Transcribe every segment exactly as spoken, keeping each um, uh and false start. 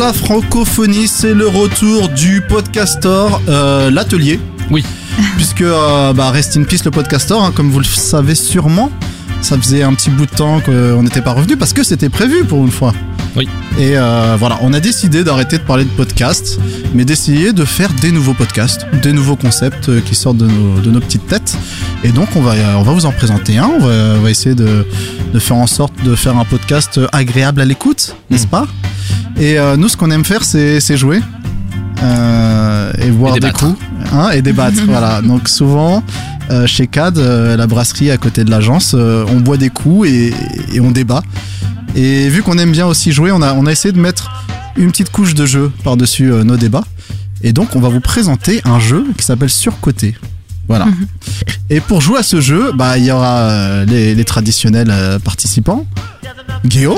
la francophonie, c'est le retour du Podcastor, euh, l'atelier. Oui. Puisque, euh, bah, rest in peace le Podcastor, hein, comme vous le savez sûrement. Ça faisait un petit bout de temps qu'on n'était pas revenu parce que c'était prévu pour une fois. Oui. Et euh, voilà, on a décidé d'arrêter de parler de podcasts, mais d'essayer de faire des nouveaux podcasts, des nouveaux concepts qui sortent de nos, de nos petites têtes. Et donc on va, on va vous en présenter un. On va, on va essayer de, de faire en sorte de faire un podcast agréable à l'écoute, n'est-ce mmh. pas ? Et euh, nous, ce qu'on aime faire, c'est, c'est jouer euh, et boire et des coups, hein, et débattre. Voilà. Donc souvent. Euh, chez C A D, euh, la brasserie à côté de l'agence, euh, on boit des coups et, et on débat. Et vu qu'on aime bien aussi jouer, on a, on a essayé de mettre une petite couche de jeu par-dessus euh, nos débats. Et donc, on va vous présenter un jeu qui s'appelle Surcoté. Voilà. Mmh. Et pour jouer à ce jeu, bah, il y aura euh, les, les traditionnels euh, participants. Guillaume ?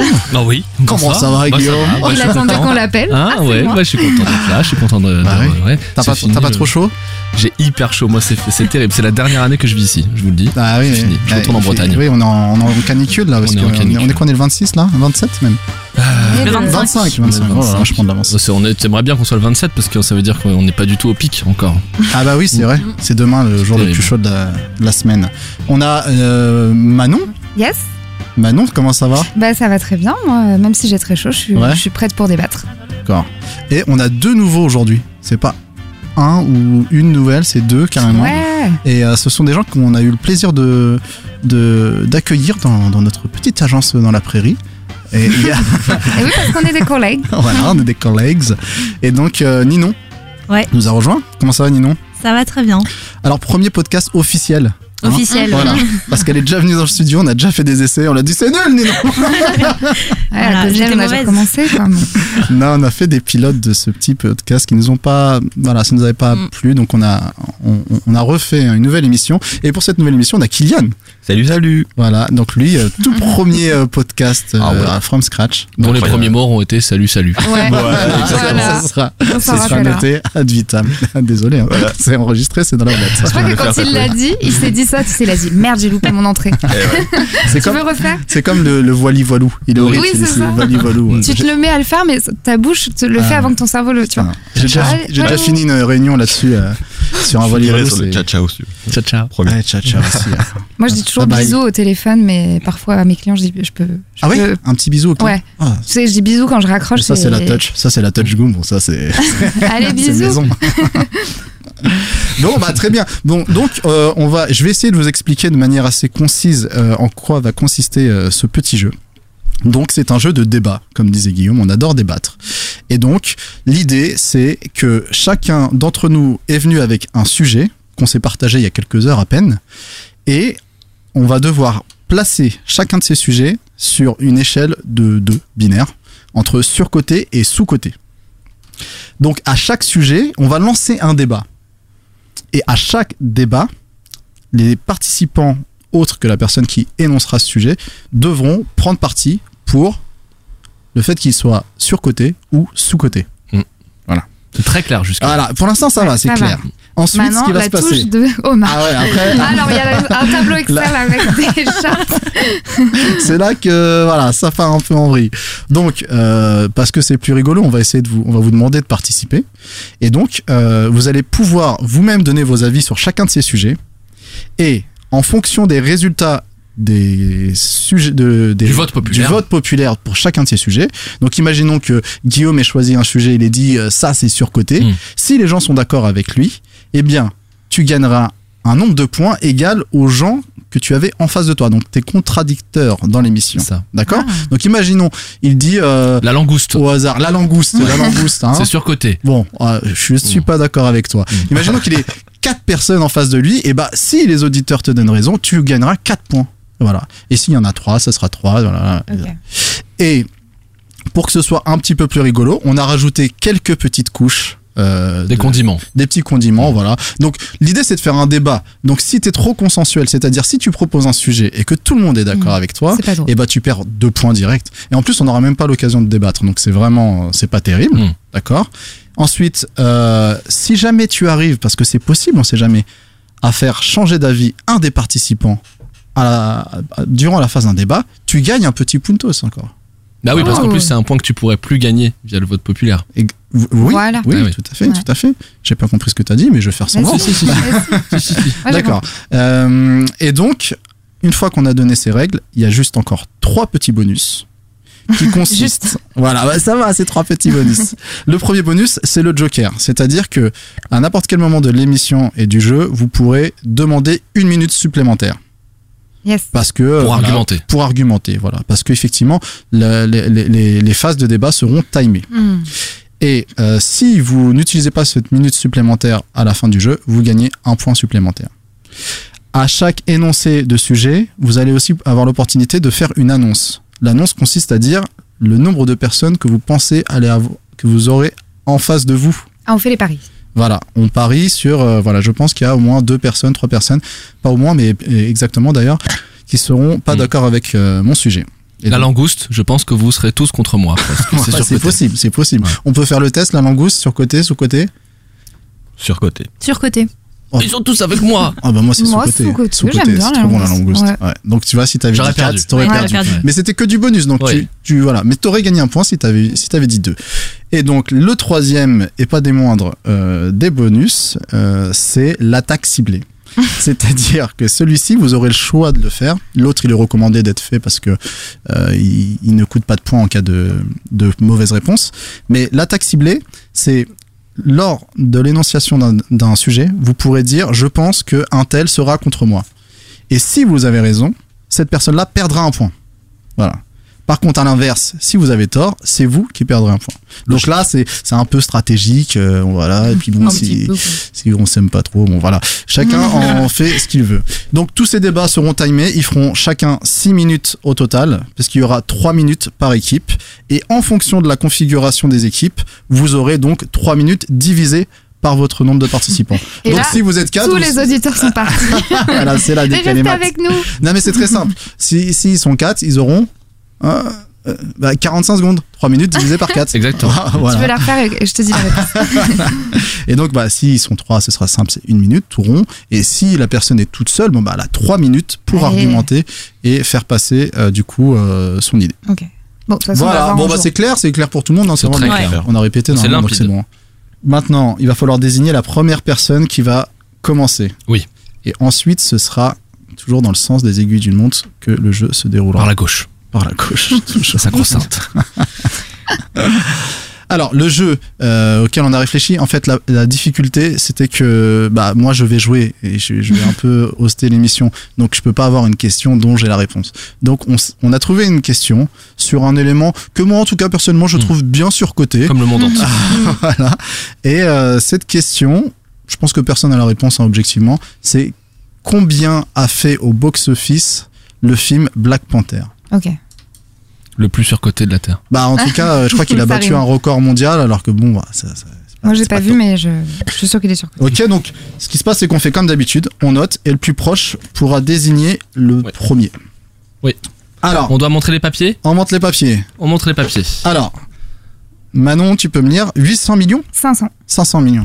Ah oui. Comment ça, ça va, bah, Guillaume ? Ça va, bah, il attendait qu'on l'appelle. Ah, ah ouais, bah, je suis content d'être là, je suis content de. Bah, de oui. ouais, t'as pas, fini, t'as pas le... trop chaud ? J'ai hyper chaud, moi c'est, c'est terrible, c'est la dernière année que je vis ici, je vous le dis. Ah oui, c'est fini, je retourne en Bretagne. Oui, on est en, on est en canicule là, parce on, est en canicule. on est quoi, on est le vingt-six là ? vingt-sept même euh, Le vingt-cinq. vingt-cinq, vingt-cinq. Oh là là, je prends de l'avance. C'est, on est, t'aimerais bien qu'on soit le vingt-sept parce que ça veut dire qu'on n'est pas du tout au pic encore. Ah bah oui, c'est vrai, c'est demain le jour terrible. Le plus chaud de la, de la semaine. On a euh, Manon. Yes. Manon, comment ça va ? Bah ça va très bien, moi, même si j'ai très chaud, je suis, ouais. je suis prête pour débattre. D'accord. Et on a deux nouveaux aujourd'hui, c'est pas un ou une nouvelle, c'est deux carrément. Ouais. Et euh, ce sont des gens qu'on a eu le plaisir de, de, d'accueillir dans, dans notre petite agence dans la prairie. Et, et oui, parce qu'on est des collègues. Voilà, on est des collègues. Et donc euh, Ninon ouais. nous a rejoint. Comment ça va, Ninon ? Ça va très bien. Alors, premier podcast officiel. Hein, officiel. Voilà. Parce qu'elle est déjà venue dans le studio, on a déjà fait des essais, on l'a dit c'est nul, Ninon. Ouais, la deuxième, on a déjà commencé quand même. Non, on a fait des pilotes de ce petit podcast qui nous ont pas, voilà, ça nous avait pas mm. plu, donc on a, on, on a refait une nouvelle émission. Et pour cette nouvelle émission, on a Kylian. Salut, salut. Voilà, donc lui, euh, tout premier euh, podcast euh, ah ouais. from scratch. Dont les premiers mots ont été salut, salut. Ouais. Ouais, voilà. Ça sera, ça sera noté ad vitam. Désolé, hein. Voilà. C'est enregistré, c'est dans la boîte. Je crois que quand il l'a dit, il s'est dit ça, tu sais, il a dit merde, j'ai loupé mon entrée. Ouais. C'est tu comme, veux refaire ? C'est comme le, le voili voilou. Il est horrible. Oui, c'est, c'est ça. Le voili voilou. Tu te le mets à le faire, mais ta bouche te le ah. fait avant que ton cerveau le. Tu vois. J'ai déjà, ah, j'ai déjà fini une réunion là-dessus euh, sur un voili voilou. Sur le ciao ciao aussi. Ciao ciao. Ouais, ciao ciao aussi. Moi, je dis toujours ah, bisous au téléphone, mais parfois à mes clients, je dis je peux. Je ah peux... oui, un petit bisou. Okay. Ouais. Ah. Tu sais, je dis bisous quand je raccroche. Ça, c'est, c'est la touch. Ça, c'est la touch goom. Bon, ça, c'est. Allez, bisous. C'est maison. Bon, bah très bien. Bon, donc euh, on va, je vais essayer de vous expliquer de manière assez concise euh, en quoi va consister euh, ce petit jeu. Donc c'est un jeu de débat, comme disait Guillaume, on adore débattre. Et donc l'idée c'est que chacun d'entre nous est venu avec un sujet qu'on s'est partagé il y a quelques heures à peine, et on va devoir placer chacun de ces sujets sur une échelle de deux binaires, entre surcoté et sous-coté. Donc à chaque sujet, on va lancer un débat. Et à chaque débat, les participants autres que la personne qui énoncera ce sujet devront prendre parti pour le fait qu'il soit surcoté ou sous-coté. Mmh. Voilà. C'est très clair jusqu'à là. Voilà, pour l'instant ça ouais, va, c'est ça clair. Va. Ensuite, maintenant, ce qui va la se passer. Touche de Omar. Ah ouais, après, alors il y a un tableau Excel là. Avec des chartes. C'est là que voilà, ça part un peu en vrille. Donc euh, parce que c'est plus rigolo, on va essayer de vous, on va vous demander de participer. Et donc euh, vous allez pouvoir vous-même donner vos avis sur chacun de ces sujets. Et en fonction des résultats des sujets de, des, du vote populaire. du vote populaire pour chacun de ces sujets. Donc imaginons que Guillaume ait choisi un sujet, il ait dit euh, ça c'est surcoté. Mmh. Si les gens sont d'accord avec lui, eh bien tu gagneras un nombre de points égal aux gens que tu avais en face de toi. Donc t'es contradicteur dans l'émission. Ça. D'accord ? Ah. Donc imaginons, il dit euh, la langouste au hasard, la langouste, la langouste. Hein. C'est surcoté. Bon, euh, je suis mmh. pas d'accord avec toi. Mmh. Imaginons qu'il ait quatre personnes en face de lui, et bah si les auditeurs te donnent raison, tu gagneras quatre points. Voilà. Et s'il y en a trois, ça sera trois. Voilà. Okay. Et pour que ce soit un petit peu plus rigolo, on a rajouté quelques petites couches. Euh, des de, condiments. Des petits condiments, mmh. voilà. Donc l'idée c'est de faire un débat. Donc si t'es trop consensuel, c'est-à-dire si tu proposes un sujet et que tout le monde est d'accord mmh. avec toi, et bah tu perds deux points directs. Et en plus on n'aura même pas l'occasion de débattre. Donc c'est vraiment, c'est pas terrible, mmh. d'accord. Ensuite, euh, si jamais tu arrives, parce que c'est possible, on sait jamais, à faire changer d'avis un des participants à la, à, durant la phase d'un débat, tu gagnes un petit puntos encore. Bah oui, parce qu'en Oh. plus, c'est un point que tu pourrais plus gagner via le vote populaire. Et- oui, Voilà. oui, Ah oui. tout à fait, Ouais. tout à fait. J'ai pas compris ce que t'as dit, mais je vais faire semblant. Vas-y. Si, si, si. Vas-y. Si, si, si. Ouais, j'ai D'accord. Euh, et donc, une fois qu'on a donné ces règles, il y a juste encore trois petits bonus qui consistent. Juste. Voilà, bah ça va, c'est trois petits bonus. Le premier bonus, c'est le joker, c'est-à-dire que à n'importe quel moment de l'émission et du jeu, vous pourrez demander une minute supplémentaire. Yes. Parce que euh, Pour voilà, argumenter. Pour argumenter, voilà, parce qu'effectivement, le- les, les, les, les phases de débat seront timées. Hmm. Et euh, si vous n'utilisez pas cette minute supplémentaire à la fin du jeu, vous gagnez un point supplémentaire. À chaque énoncé de sujet, vous allez aussi avoir l'opportunité de faire une annonce. L'annonce consiste à dire le nombre de personnes que vous pensez aller avoir, que vous aurez en face de vous. Ah, on fait les paris. Voilà, on parie sur, euh, voilà, je pense qu'il y a au moins deux personnes, trois personnes, pas au moins, mais exactement d'ailleurs, qui seront pas Mm. d'accord avec euh, mon sujet. Et La donc, langouste, je pense que vous serez tous contre moi. Parce que ouais, c'est c'est surcoté. possible, c'est possible. Ouais. On peut faire le test, la langouste, sur côté, sous côté. Surcoté. Surcoté. Oh. Ils sont tous avec moi. Ah bah moi c'est Moi, sous-côté. sous-côté, Sous-côté, j'aime bien c'est la trop bon la langouste. langouste. Ouais. Donc tu vois, si t'avais J'aurais dit quatre, perdu. t'aurais Ouais, perdu. j'aurais perdu. Mais c'était que du bonus, donc Ouais. tu, tu voilà. Mais t'aurais gagné un point si t'avais si t'avais dit deux. Et donc le troisième et pas des moindres euh, des bonus, euh, c'est l'attaque ciblée. C'est-à-dire que celui-ci, vous aurez le choix de le faire. L'autre, il est recommandé d'être fait parce que euh, il, il ne coûte pas de points en cas de, de mauvaise réponse. Mais l'attaque ciblée, c'est lors de l'énonciation d'un- d'un sujet, vous pourrez dire « je pense que un tel sera contre moi ». Et si vous avez raison, cette personne-là perdra un point. Voilà. Par contre, à l'inverse, si vous avez tort, c'est vous qui perdrez un point. Donc là, c'est c'est un peu stratégique, euh, voilà. Et puis bon, Un si, petit peu, quoi. si on s'aime pas trop, bon voilà. Chacun en fait ce qu'il veut. Donc tous ces débats seront timés. Ils feront chacun six minutes au total, parce qu'il y aura trois minutes par équipe. Et en fonction de la configuration des équipes, vous aurez donc trois minutes divisées par votre nombre de participants. Et donc là, si vous êtes quatre, Tous vous- les auditeurs sont partis. voilà, c'est la Mais décalée restez maths. avec nous. Non mais c'est très simple. Si s'ils sont quatre, ils auront euh, euh, bah, quarante-cinq secondes. trois minutes divisé par quatre. Exactement. Voilà. Tu veux la refaire et je te dis la réponse. Et donc, bah, s'ils sont trois, ce sera simple, c'est une minute, tout rond. Et si la personne est toute seule, bon, bah, elle a trois minutes pour Allez. argumenter et faire passer, euh, du coup, euh, son idée. Ok. Bon, de toute façon, on va Voilà. voir Bon, un bah, jour. c'est clair, c'est clair pour tout le monde. hein, C'est c'est très vraiment- clair. On a répété, C'est normalement, donc c'est limpide. bon. Maintenant, il va falloir désigner la première personne qui va commencer. Oui. Et ensuite, ce sera toujours dans le sens des aiguilles d'une montre que le jeu se déroulera. Par la gauche. Par la gauche. toujours. Sacro-sainte. Alors, le jeu euh, auquel on a réfléchi, en fait, la, la difficulté, c'était que bah, moi, je vais jouer et je, je vais un peu hoster l'émission. Donc, je peux pas avoir une question dont j'ai la réponse. Donc, on, s- on a trouvé une question sur un élément que moi, en tout cas, personnellement, je Mm. trouve bien surcoté. Comme le monde entier. Voilà. Et euh, cette question, je pense que personne n'a la réponse, hein, objectivement, c'est combien a fait au box-office le film Black Panther? Ok. Le plus surcoté de la Terre. Bah, en tout cas, euh, je crois qu'il a Ça battu rime. un record mondial, alors que bon, bah, ça, ça- c'est Moi, j'ai c'est pas vu, top. mais je, je suis sûre qu'il est sur côté. Ok, donc ce qui se passe, c'est qu'on fait comme d'habitude, on note et le plus proche pourra désigner le Oui. premier. Oui. Alors, On doit montrer les papiers on monte les papiers. On montre les papiers. Alors, Manon, tu peux me lire huit cents millions cinq cents. cinq cents millions.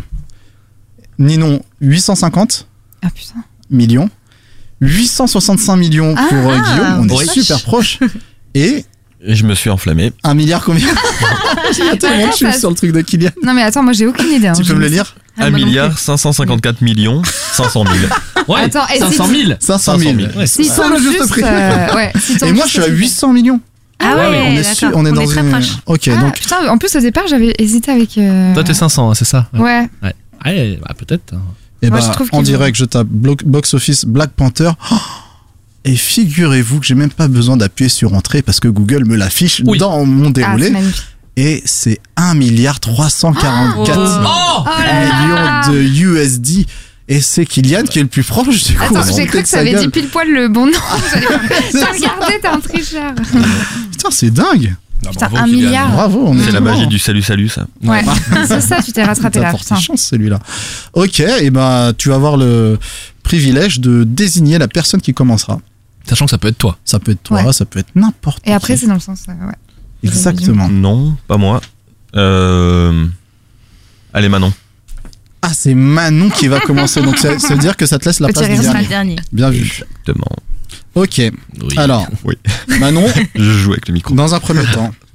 Ninon, huit cent cinquante Ah putain. millions. huit cent soixante-cinq millions Ah, pour euh, Guillaume, on est oui. super proche. Et Et je me suis enflammé. un milliard combien? J'ai tellement que je suis ça- sur le truc de Kylian. Non, mais attends, moi, j'ai aucune idée. hein. Tu peux Je- me le lire? Ah, un moi non milliard cinq cent cinquante-quatre millions cinq cent mille. Ouais, Attends, et cinq cent mille. cinq cent mille. Ouais, S'ils Ça, tombent le juste juste, prix. euh, ouais, s'ils tombent Et moi, je juste, suis à c'est huit cents millions. Ah ouais, on est sûr, on est dans très une. proche. Ok, Ah, donc putain, en plus, au départ, j'avais hésité avec. euh, Toi, t'es cinq cents, hein, c'est ça Ouais. Ouais. Ouais, bah, peut-être. Et Moi, bah, je trouve en qu'ils direct, je tape blo- box office Black Panther. Oh, et figurez-vous que j'ai même pas besoin d'appuyer sur entrée parce que Google me l'affiche Oui. dans mon Ah, déroulé. c'est magnifique. Et c'est un milliard trois cent quarante-quatre Oh Oh là là. millions de U S D. Et c'est Kylian qui est le plus proche du coup. Attends, j'ai cru que ça avait dit dit. pile poil le bon nom. J'allais faire, T'as regardé, t'es un tricheur. Putain, c'est dingue. Putain, un milliard. Bravo, on est C'est la tellement- magie du salut salut ça. Ouais, c'est ça, tu t'es rattrapé T'as là. porté Putain. chance celui-là. Ok, et ben tu vas avoir le privilège de désigner la personne qui commencera. Sachant que ça peut être toi. Ça peut être toi, Ouais. ça peut être n'importe qui. Et après, c'est dans le sens. euh, ouais. Exactement. Non, pas moi. Euh... Allez Manon. Ah, c'est Manon qui va commencer. Donc ça, ça veut dire que ça te laisse la Petit place du rire Ce sera dernier. le dernier. Bien vu. Exactement. Ok. Oui. Alors, Oui. Manon, Je joue avec le micro. dans un premier temps,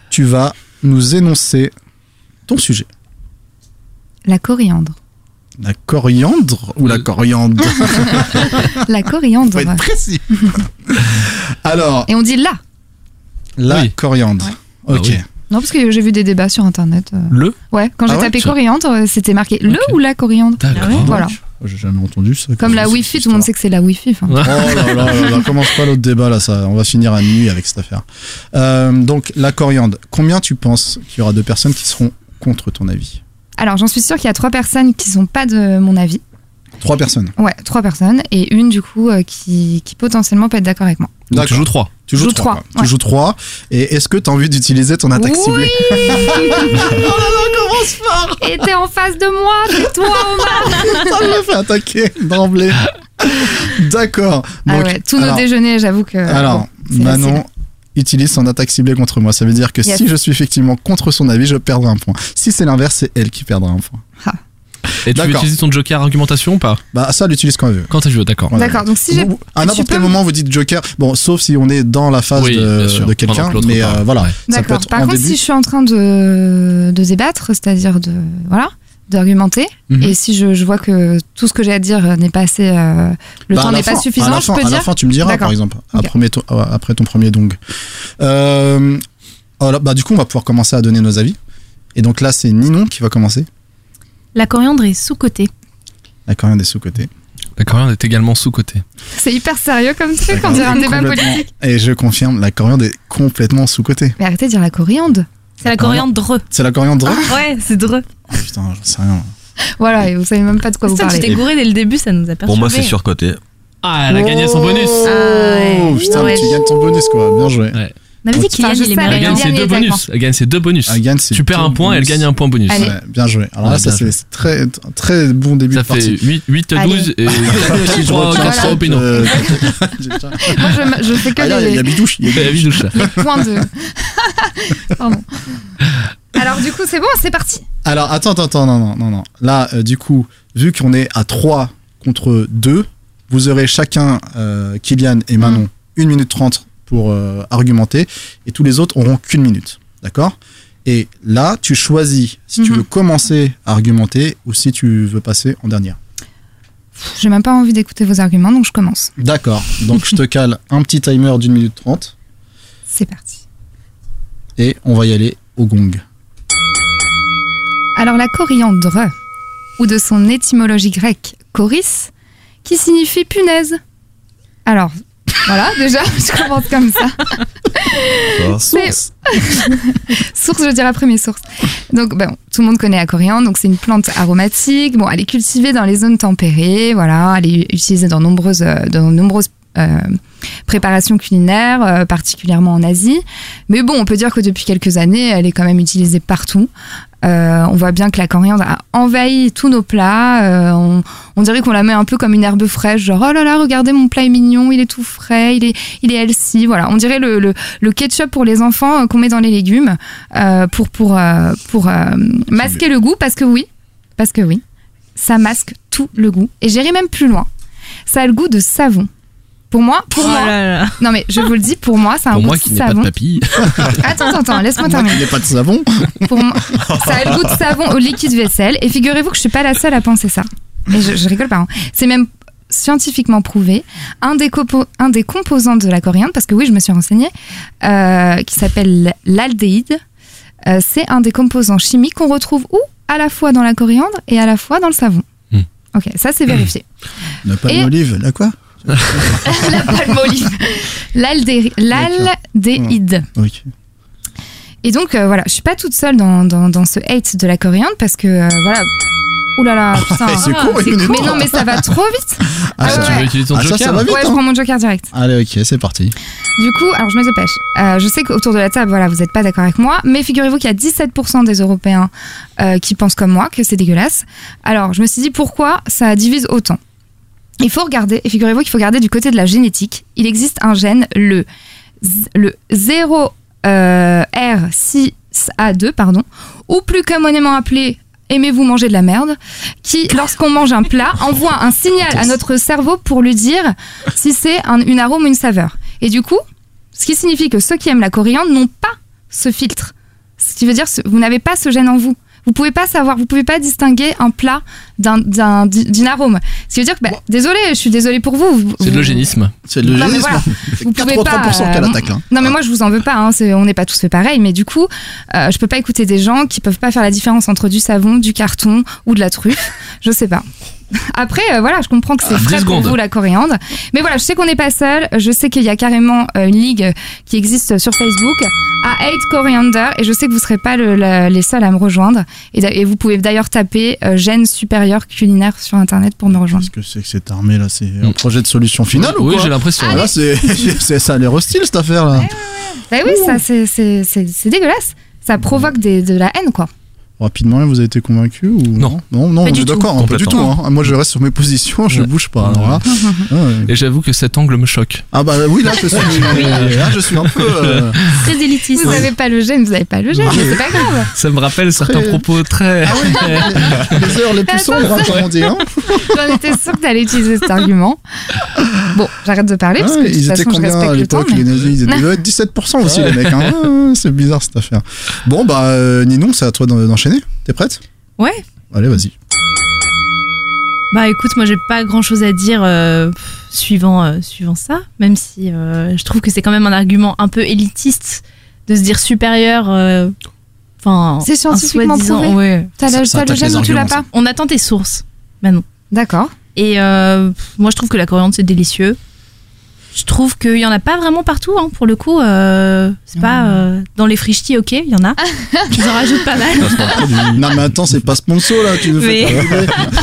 tu vas nous énoncer ton sujet. La coriandre. La coriandre ou la coriandre? La coriandre. Faut être précis. Alors, Et on dit là. la Oui. coriandre. Ah Ok. oui. Non, parce que j'ai vu des débats sur internet. euh. Le Ouais, quand Ah j'ai ouais, tapé ça- coriandre, euh, c'était marqué le Ok. ou la coriandre. D'accord. Ah ouais Voilà. J'ai jamais entendu ça. Comme la Wi-Fi, tout le monde sait que c'est la Wi-Fi. enfin. Ouais. Oh là là là là, commence pas l'autre débat là, ça, on va finir à nuit avec cette affaire. Euh, donc la coriandre, combien tu penses qu'il y aura de personnes qui seront contre ton avis? Alors, j'en suis sûre qu'il y a trois personnes qui sont pas de mon avis. Trois personnes. Ouais, trois personnes. Et une, du coup, euh, qui, qui potentiellement peut être d'accord avec moi. Donc tu joues trois. Tu joues joue trois. trois, quoi. Tu ouais. joues trois. Et est-ce que tu as envie d'utiliser ton attaque ciblée? Oui. Et t'es en face de moi, c'est toi, Omar. Ça me fait attaquer d'emblée. D'accord. Ah Donc, ouais, tous nos alors, déjeuners, j'avoue que. alors, bon, c'est Manon facile. utilise son attaque ciblée contre moi. Ça veut dire que Yes. si je suis effectivement contre son avis, je perdrai un point. Si c'est l'inverse, c'est elle qui perdra un point. Et tu veux D'accord. utiliser ton joker argumentation ou pas? Bah ça, elle l'utilise quand elle veut. Quand tu veux, d'accord. Voilà. D'accord, donc si j'ai. Vous, à tu n'importe peux quel me- moment, vous dites Joker. Bon, sauf si on est dans la phase Oui, de, bien sûr. de quelqu'un. Pendant que l'autre Mais parle. euh, voilà, Ouais. ça peut D'accord. être Par en contre, début. si je suis en train de, de débattre, c'est-à-dire de. Voilà, d'argumenter, Mhm. et si je, je vois que tout ce que j'ai à dire n'est pas assez. euh, le Bah, à temps la n'est pas fin- à suffisant, la je fin- peux à la dire. fin, tu me diras, D'accord. par exemple, Ok. après, ton, après ton premier dong. Euh, alors, bah, du coup, on va pouvoir commencer à donner nos avis. Et donc là, c'est Ninon qui va commencer. La coriandre est sous-cotée. La coriandre est sous-côté. La coriandre est également sous-cotée. C'est hyper sérieux comme truc, La on dirait un coriandre est débat complètement- politique. Et je confirme, la coriandre est complètement sous-côté. Mais arrêtez de dire la coriandre. C'est la coriandre. C'est la coriandre? Ouais, c'est dreux. Oh, putain, j'en sais rien. Voilà, et vous savez même pas de quoi vous Putain, tu parlez. t'es gouré dès le début, ça nous a perturbé. Pour moi, c'est surcoté. Ah, elle a gagné son bonus. Oh, ouais. putain, Ouais. mais tu gagnes ton bonus, quoi. Bien joué. Ouais. On avait dit qu'il Enfin, je il est sais, Elle Rien, gagne meilleur. ses rien deux n'est bonus. Elle gagne ses deux bonus. Ah, Yann, c'est Tu perds deux un point, elle bonus. gagne un point bonus. Allez. Ouais, bien joué. Alors là, Ouais, ça, bien c'est joué. c'est très, très bon début Ça de fait partie. huit, huit, Allez. douze et Si je trois, retiens quatre ça, au péno. euh, Moi, je, je fais que Ah, là, les, il y a Bidouche. il y a La vie douche là. les points de. Pardon. Alors, du coup, c'est bon, c'est parti. Alors, attends, attends, attends, non, non, non, non. Là, euh, du coup, vu qu'on est à trois contre deux, vous aurez chacun, euh, Kylian et Manon, Mm. une minute trente pour euh, argumenter, et tous les autres auront qu'une minute. D'accord? Et là, tu choisis si tu Mhm. veux commencer à argumenter ou si tu veux passer en dernière. J'ai même pas envie d'écouter vos arguments, donc je commence. D'accord. Donc, je te cale un petit timer d'une minute trente, C'est parti. et on va y aller au gong. Alors, la coriandre, ou de son étymologie grecque, coris, qui signifie punaise. Alors, voilà, déjà, je commence comme ça. Source. Source, je dirais après mes sources. Donc, bon, tout le monde connaît la coriandre, donc c'est une plante aromatique. Bon, elle est cultivée dans les zones tempérées, voilà, elle est utilisée dans nombreuses, euh, dans nombreuses euh, préparations culinaires, euh, particulièrement en Asie. Mais bon, on peut dire que depuis quelques années, elle est quand même utilisée partout. Euh, on voit bien que la coriandre a envahi tous nos plats. Euh, on, on dirait qu'on la met un peu comme une herbe fraîche, genre oh là là, regardez mon plat est mignon, il est tout frais, il est, il est healthy. Voilà, on dirait le, le, le ketchup pour les enfants euh, qu'on met dans les légumes euh, pour pour euh, pour euh, masquer le goût, parce que oui, parce que oui, ça masque tout le goût. Et j'irai même plus loin. Ça a le goût de savon. Pour moi, pour Oh moi. là là. Non mais je vous le dis, pour moi, c'est un Pour goût moi de qui n'ai pas de savon. papilles. Attends, attends, attends, laisse-moi Moi terminer. qui n'ai pas de savon. Pour moi, ça a le goût de savon au liquide vaisselle. Et figurez-vous que je suis pas la seule à penser ça. Et je, je rigole pas. Hein. C'est même scientifiquement prouvé. Un des, compo- un des composants de la coriandre, parce que oui, je me suis renseignée, euh, qui s'appelle l'aldéhyde, euh, c'est un des composants chimiques qu'on retrouve où à la fois dans la coriandre et à la fois dans le savon. Hmm. Ok, ça c'est vérifié. La palme Et- olive, là quoi? La palmolive. L'aldé- L'aldéhyde. Ok. Et donc, euh, voilà, je suis pas toute seule dans, dans, dans ce hate de la coriandre parce que, euh, voilà. Ouh là là, putain. c'est Ah, court, c'est une minute Mais non, trente. mais ça va trop vite. Ah, Ah ça, ouais. Tu veux utiliser ton Ah, ça, joker ça va vite, Ouais, je hein. prends mon joker direct. Allez, ok, c'est parti. Du coup, alors je me dépêche. Euh, je sais qu'autour de la table, voilà, vous n'êtes pas d'accord avec moi, mais figurez-vous qu'il y a dix-sept pour cent des Européens euh, qui pensent comme moi que c'est dégueulasse. Alors, je me suis dit pourquoi ça divise autant. Il faut regarder, et figurez-vous qu'il faut regarder du côté de la génétique. Il existe un gène, le, z- le zéro R six A deux, pardon, ou plus communément appelé aimez-vous manger de la merde, qui, lorsqu'on mange un plat, envoie un signal à notre cerveau pour lui dire si c'est un, une arôme ou une saveur. Et du coup, ce qui signifie que ceux qui aiment la coriandre n'ont pas ce filtre Ce qui veut dire que vous n'avez pas ce gène en vous. Vous pouvez pas savoir, vous pouvez pas distinguer un plat d'un, d'un, d'une arôme. Ce qui veut dire que, bah, désolé, je suis désolée pour vous. vous C'est de l'eugénisme. C'est de Non, mais l'eugénisme. voilà. C'est Vous pouvez quatre-vingt-trois pour cent pas, qu'elle euh, attaque là. Non mais moi je vous en veux pas, hein, c'est, on n'est pas tous fait pareil, mais du coup euh, je peux pas écouter des gens qui peuvent pas faire la différence entre du savon, du carton ou de la truffe, je sais pas. Après euh, voilà, je comprends que c'est Ah, frais dix pour secondes. vous la coriandre, mais voilà, je sais qu'on n'est pas seul, je sais qu'il y a carrément euh, une ligue qui existe sur Facebook à Hate Coriander et je sais que vous serez pas le, la- les seuls à me rejoindre et, d'a- et vous pouvez d'ailleurs taper euh, gène supérieur culinaire sur internet pour me rejoindre. Qu'est-ce que c'est que cette armée là? C'est un projet de solution finale ou Oui, quoi? j'ai l'impression. Ah, là, c'est, c'est ça a l'air hostile cette affaire là. Bah oui, ça c'est, c'est, c'est, c'est dégueulasse, ça provoque des, de la haine quoi. Rapidement, vous avez été convaincu ou Non. non, non, Pas on du est tout. d'accord, hein, pas du tout. Complètement. Hein. Moi, je reste sur mes positions, je Ouais. bouge pas. Alors là, ouais. Et j'avoue que cet angle me choque. Ah bah oui, là, je suis, là, je suis un peu. euh, Très élitiste. Vous n'avez pas le gène, vous n'avez pas le gène, mais c'est pas grave. Ça me rappelle certains Très- propos très. Ah oui, les, les heures les plus sombres, hein, comme on dit. Hein. J'en étais sûre que t'allais utiliser cet argument. Bon, j'arrête de parler parce Ouais, que de toute ils étaient façon je combien à respecte le temps. l'époque, mais- les nazis? Ils étaient- ils devaient être dix-sept pour cent aussi, les mecs. Hein. Ouais, c'est bizarre cette affaire. Bon, bah, euh, Ninon, c'est à toi d'en- d'enchaîner. T'es prête? Ouais. Allez, vas-y. Bah écoute, moi j'ai pas grand chose à dire euh, pff, suivant, euh, suivant ça, même si euh, je trouve que c'est quand même un argument un peu élitiste de se dire supérieur. euh, Enfin, C'est scientifiquement un soi-disant- prouvé. Ouais. T'as Ça- le, ça t'as le attaque gène les ou tu l'as arguments, pas? On attend tes sources, Manon. D'accord. Et euh, pff, moi je trouve que la coriandre c'est délicieux. Je trouve qu'il y en a pas vraiment partout, hein, pour le coup. euh, c'est pas euh, dans les frichtis, ok, il y en a. Ils en rajoutent pas mal. Non, mais attends, c'est pas sponsor là, tu nous fais Mais- pas rêver.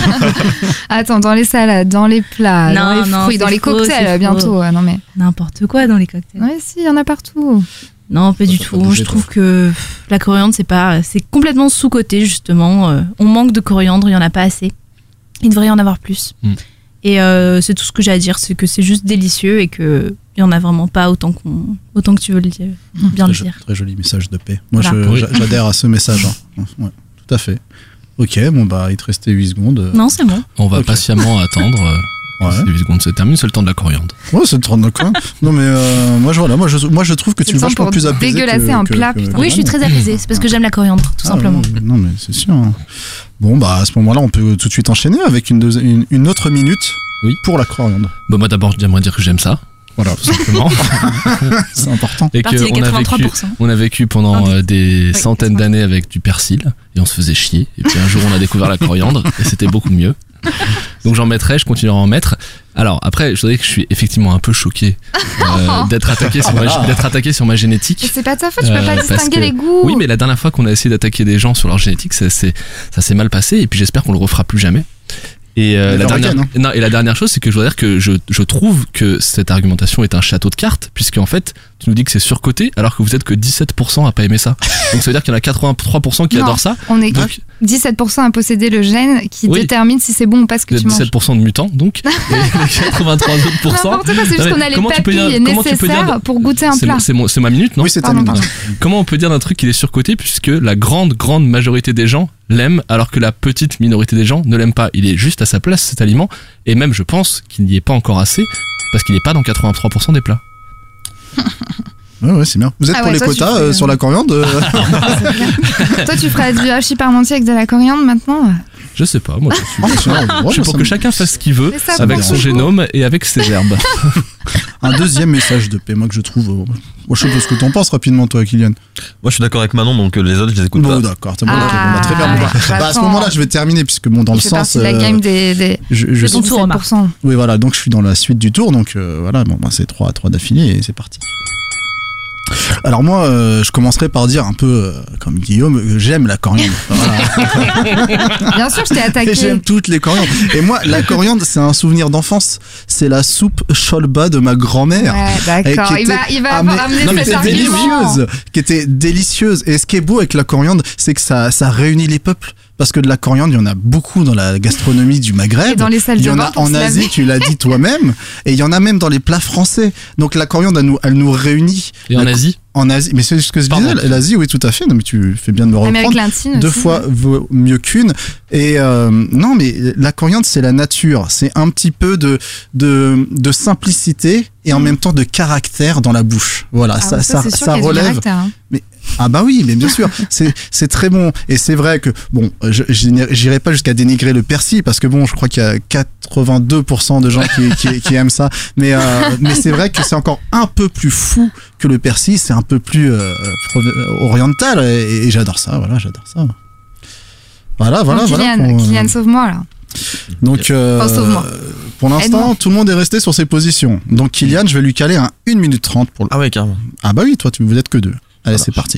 Attends, dans les salades, dans les plats, Non, dans les non, fruits, c'est dans les faux, cocktails c'est bientôt. Ouais, non mais. N'importe quoi dans les cocktails. Ouais, si, il y en a partout. Non, pas du faut tout. pas bouger, Je trouve que pff, la coriandre, c'est pas, c'est complètement sous-coté justement. Euh, on manque de coriandre, il y en a pas assez. Il devrait y en avoir plus. Mm. Et euh, c'est tout ce que j'ai à dire, c'est que c'est juste délicieux et que il y en a vraiment pas autant qu'on, autant que tu veux le dire, bien Très, le jo- dire. très joli message de paix. Moi, Voilà. je- Oui. j'a- j'adhère à ce message. Hein. Ouais, tout à fait. Ok, bon, bah, il te restait huit secondes. Non, c'est bon. On va Ok. patiemment attendre. euh, Ouais. Ces huit secondes se terminent, c'est le temps de la coriandre. Ouais, c'est le trente de quoi. Non, mais euh, moi, je, voilà, moi, je, moi, je trouve que C'est tu es le temps vachement pour plus apaisé. dégueulasser que, un que- plat, que- putain. Oui, je suis très apaisée. C'est parce que j'aime la coriandre, tout Ah, simplement. ouais, non, mais c'est sûr. hein. Bon, bah, à ce moment-là, on peut tout de suite enchaîner avec une, deuxi- une, une autre minute Oui. pour la coriandre. Bon, moi d'abord, j'aimerais dire que j'aime ça. Voilà, Tout simplement. c'est important. Et Partie des qu'on a quatre-vingt-trois vécu, pour cent. on a vécu pendant Non, euh, des oui, centaines c'est vrai. d'années avec du persil et on se faisait chier. Et puis un jour, on a découvert la coriandre et c'était beaucoup mieux. Donc j'en mettrai, je continuerai à en mettre. Alors après, je dirais que je suis effectivement un peu choqué euh, d'être attaqué sur ma, d'être attaqué sur ma Mais génétique. c'est pas de ta faute, tu peux Euh, pas parce distinguer que- les goûts. Oui, mais la dernière fois qu'on a essayé d'attaquer des gens sur leur génétique, ça s'est ça s'est mal passé et puis j'espère qu'on le refera plus jamais. Et, euh, Mais la leur dernière, again, non, et la dernière chose, c'est que je dois dire que je, je trouve que cette argumentation est un château de cartes, puisque en fait, tu nous dis que c'est surcoté, alors que vous êtes que dix-sept pour cent à pas aimer ça. Donc ça veut dire qu'il y en a quatre-vingt-trois pour cent qui Non. adorent ça. On est Donc dix-sept pour cent à posséder le gène qui Oui. détermine si c'est bon ou pas ce que vous êtes tu manges. dix-sept pour cent de mutants, donc. Et les quatre-vingt-trois autres pour cent. N'importe quoi, c'est Non, juste mais qu'on a les comment tu peux papilles dire- comment tu peux dire- nécessaires pour goûter un C'est plat. mon- c'est mon- c'est ma minute, non? Oui, c'est ta Pardon, minute. pardon. Comment on peut dire d'un truc qu'il est surcoté, puisque la grande, grande majorité des gens l'aiment, alors que la petite minorité des gens ne l'aiment pas. Il est juste à sa place, cet aliment, et même je pense qu'il n'y est pas encore assez, parce qu'il n'est pas dans quatre-vingt-trois pour cent des plats. Ouais, ouais, c'est bien. Vous êtes Ah pour ouais, les toi, tu quotas fais, euh, euh, sur la coriandre euh, Toi, tu ferais du hachis parmentier avec de la coriandre maintenant? Je sais pas, moi je suis, oh, tiens, ouais, je suis ça pour me- que chacun fasse ce qu'il veut, Mais ça, avec bon. son génome et avec ses herbes. Un deuxième message de paix, moi, que je trouve. euh, Moi, je sais pas ce que t'en penses rapidement, toi, Kylian. Moi, je suis d'accord avec Manon, donc euh, les autres, je les écoute Bon, pas. d'accord. t'as bon, Ah, ok, bon, bah, très bien. Bon, bah, ouais, bah, à ce attends. moment-là, je vais terminer, puisque bon, dans Il le fait sens. partie de la euh, game des, des, je, je C'est ton suis- tour, Omar. dix-sept pour cent. Oui, voilà, donc je suis dans la suite du tour, donc euh, voilà, bon, bah, c'est trois trois d'affilée et c'est parti. Alors moi, euh, je commencerai par dire un peu euh, comme Guillaume, euh, j'aime la coriandre. Voilà. Bien sûr, je t'ai Et attaqué. j'aime toutes les coriandres. Et moi, la coriandre, c'est un souvenir d'enfance. C'est la soupe cholba de ma grand-mère. Ouais, Et d'accord. qui Il va, était- il va Ah, avoir mais- amené non, mais cet Qui était argument. délicieuse, qui était délicieuse. Et ce qui est beau avec la coriandre, c'est que ça, ça réunit les peuples. Parce que de la coriandre, il y en a beaucoup dans la gastronomie du Maghreb. Et dans les salles Il y de en bain a pour en se laver. Asie, tu l'as dit toi-même. Et il y en a même dans les plats français. Donc la coriandre, elle nous, elle nous réunit. Et en La- Asie, En Asie. Mais c'est ce que je Pardon. disais. L'Asie, oui, tout à fait. Non, mais tu fais bien de me L'Amérique reprendre. latine Deux aussi. fois vaut mieux qu'une. Et euh, non, mais la coriandre, c'est la nature. C'est un petit peu de, de, de simplicité et en même temps de caractère dans la bouche. Voilà, Ah, ça, ça, ça, c'est sûr ça qu'il y a du relève. caractère, hein. Ah bah oui, mais bien sûr, c'est c'est très bon et c'est vrai que bon, je j'irai pas jusqu'à dénigrer le persil parce que bon, je crois qu'il y a quatre-vingt-deux pour cent de gens qui qui, qui aiment ça, mais euh, mais c'est vrai que c'est encore un peu plus fou que le persil, c'est un peu plus euh, oriental et, et j'adore ça, voilà, j'adore ça. Voilà, voilà, Donc, voilà. Kylian, pour, euh, Kylian, sauve-moi là. Donc, euh, Enfin, sauve-moi. pour l'instant, Aide-moi. tout le monde est resté sur ses positions. Donc, Kylian, je vais lui caler un une minute trente pour le... Ah ouais, carrément. Ah bah oui, toi, tu vous êtes que deux. Allez, Ça c'est marche. parti.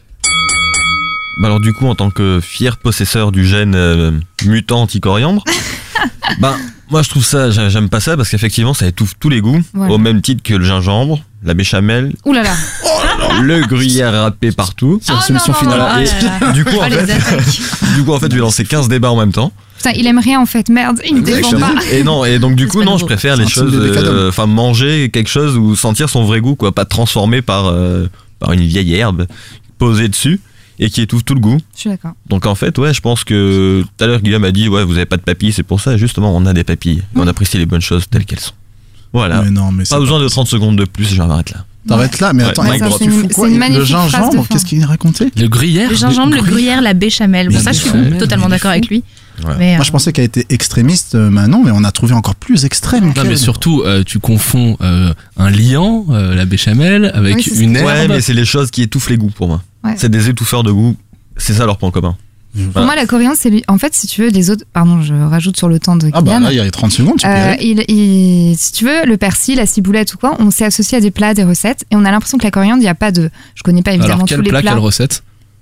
Bah alors du coup, en tant que fier possesseur du gène euh, mutant anti-coriandre, bah moi je trouve ça, j'a- j'aime pas ça parce qu'effectivement ça étouffe tous les goûts, Voilà. au même titre que le gingembre, la béchamel, Ouh là là. le gruyère râpé partout. C'est la solution finale. non, Et oh là là. du coup en Oh, les fait, attaques. du coup en fait, je vais lancer quinze débats en même temps. Putain, il aime rien en fait, merde, il me défend pas. Et non, et donc du C'est coup pas non, nouveau. je préfère C'est les un choses, signe de décadence. euh, enfin manger quelque chose ou sentir son vrai goût, quoi, pas transformé par euh, par une vieille herbe posée dessus et qui étouffe tout le goût. Je suis d'accord. Donc en fait, ouais, je pense que tout à l'heure Guillaume a dit ouais, vous avez pas de papilles, c'est pour ça justement on a des papilles et on apprécie les bonnes choses telles qu'elles sont. Voilà. Mais non, mais c'est Pas besoin de trente secondes de plus, je m'arrête là. T'arrêtes là, mais Ouais, attends, Mike mais Brown. tu C'est fous une- quoi c'est une Le magnifique phrase de gingembre, fin. qu'est-ce qu'il racontait? Le gruyère. Le gingembre, le gruyère. gruyère, la béchamel. Bon, Mais ça, je suis béchamel, totalement mais d'accord fou. avec lui. Ouais. Mais, Moi, euh, je pensais qu'elle était extrémiste, euh, Manon, mais on a trouvé encore plus extrême. Non qu'elle. mais surtout euh, tu confonds euh, un liant, euh, la béchamel avec Oui, c'est ce une que- herbe. Ouais, mais c'est les choses qui étouffent les goûts pour moi. Ouais. C'est des étouffeurs de goût, c'est ça leur point commun. Pour moi, la coriandre, c'est lui. En fait, si tu veux, les autres. Pardon, je rajoute sur le temps de Ah bah Kylian. là, il y a trente secondes, tu peux y Euh, aller. il, il- si tu veux, le persil, la ciboulette ou quoi, on s'est associé à des plats, des recettes, et on a l'impression que la coriandre, il n'y a pas de. Je connais pas évidemment Alors tous quel les plat, plats. quelle recette?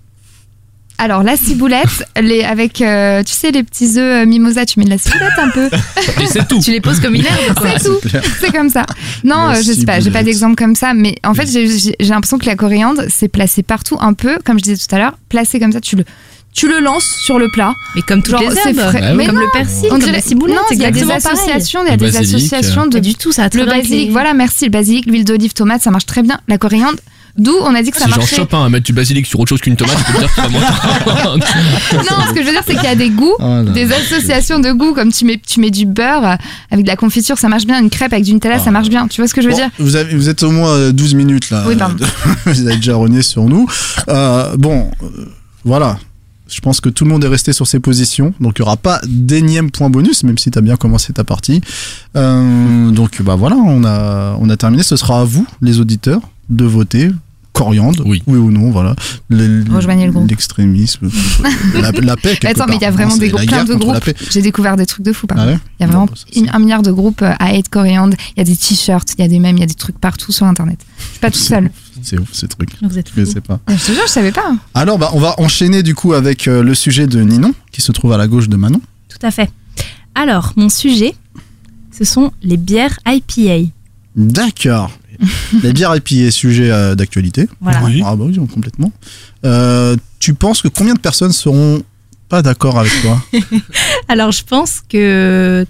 Alors la ciboulette, les, avec, euh, tu sais, les petits œufs euh, mimosa, tu mets de la ciboulette un peu. Et c'est tout. tu les poses comme une herbe, quoi. C'est tout. clair. C'est comme ça. Non, La euh, je sais pas, j'ai pas ciboulette. d'exemple comme ça, mais en fait, j'ai j'ai- j'ai l'impression que la coriandre, c'est placé partout un peu, comme je disais tout à l'heure, placé comme ça, tu le, tu le lances sur le plat. Mais comme toutes Genre, les c'est herbes. frais. Bah oui. Mais Comme non, le persil, on comme dirait- la ciboulette, non, il y a des exactement pareil. associations, il y a Le des basilic, associations Pas de du tout, ça a très le bien basilic. été- Voilà, merci, le basilic, l'huile d'olive, tomate, ça marche très bien. La coriandre, d'où on a dit que ça Si Jean marchait. Chopin à mettre du basilic sur autre chose qu'une tomate, je peux te dire que vraiment. Non, ce que je veux dire, c'est qu'il y a des goûts, Oh là des là. associations de goûts, comme tu mets, tu mets du beurre euh, avec de la confiture, ça marche bien. Une crêpe avec du Nutella, ça marche bien. Tu vois ce que je veux Bon, dire? vous, avez, vous êtes au moins euh, douze minutes là. Oui, pardon. Vous avez déjà rogné sur nous. Euh, bon, euh, voilà. Je pense que tout le monde est resté sur ses positions. Donc il n'y aura pas d'énième point bonus, même si tu as bien commencé ta partie. Euh, donc bah voilà, on a, on a terminé. Ce sera à vous, les auditeurs, de voter. Coriandre, Oui. ou non, voilà. Le- Rejoignez le groupe. L'extrémisme, la, la paix. quelque Attends, mais il y a part. vraiment Non, des c'est groupes, la plein guerre de contre la groupes. paix. J'ai découvert des trucs de fou, par Ah contre. ouais Il y a vraiment Bon, bah, ça, une- c'est- un milliard de groupes euh, à hate coriandre. Il y a des t-shirts, il y a des mèmes, il y a des trucs partout sur Internet. Je suis pas toute seule. C'est ouf ce truc. Vous êtes Je fous. sais pas. Je te jure, je savais pas. Alors, bah, on va enchaîner du coup avec euh, le sujet de Ninon, qui se trouve à la gauche de Manon. Tout à fait. Alors, mon sujet, ce sont les bières I P A. D'accord. Les bières I P A, sujet euh, d'actualité. Voilà. Oui. Ah bah oui, complètement. Euh, tu penses que combien de personnes seront pas d'accord avec toi? Alors, je pense que.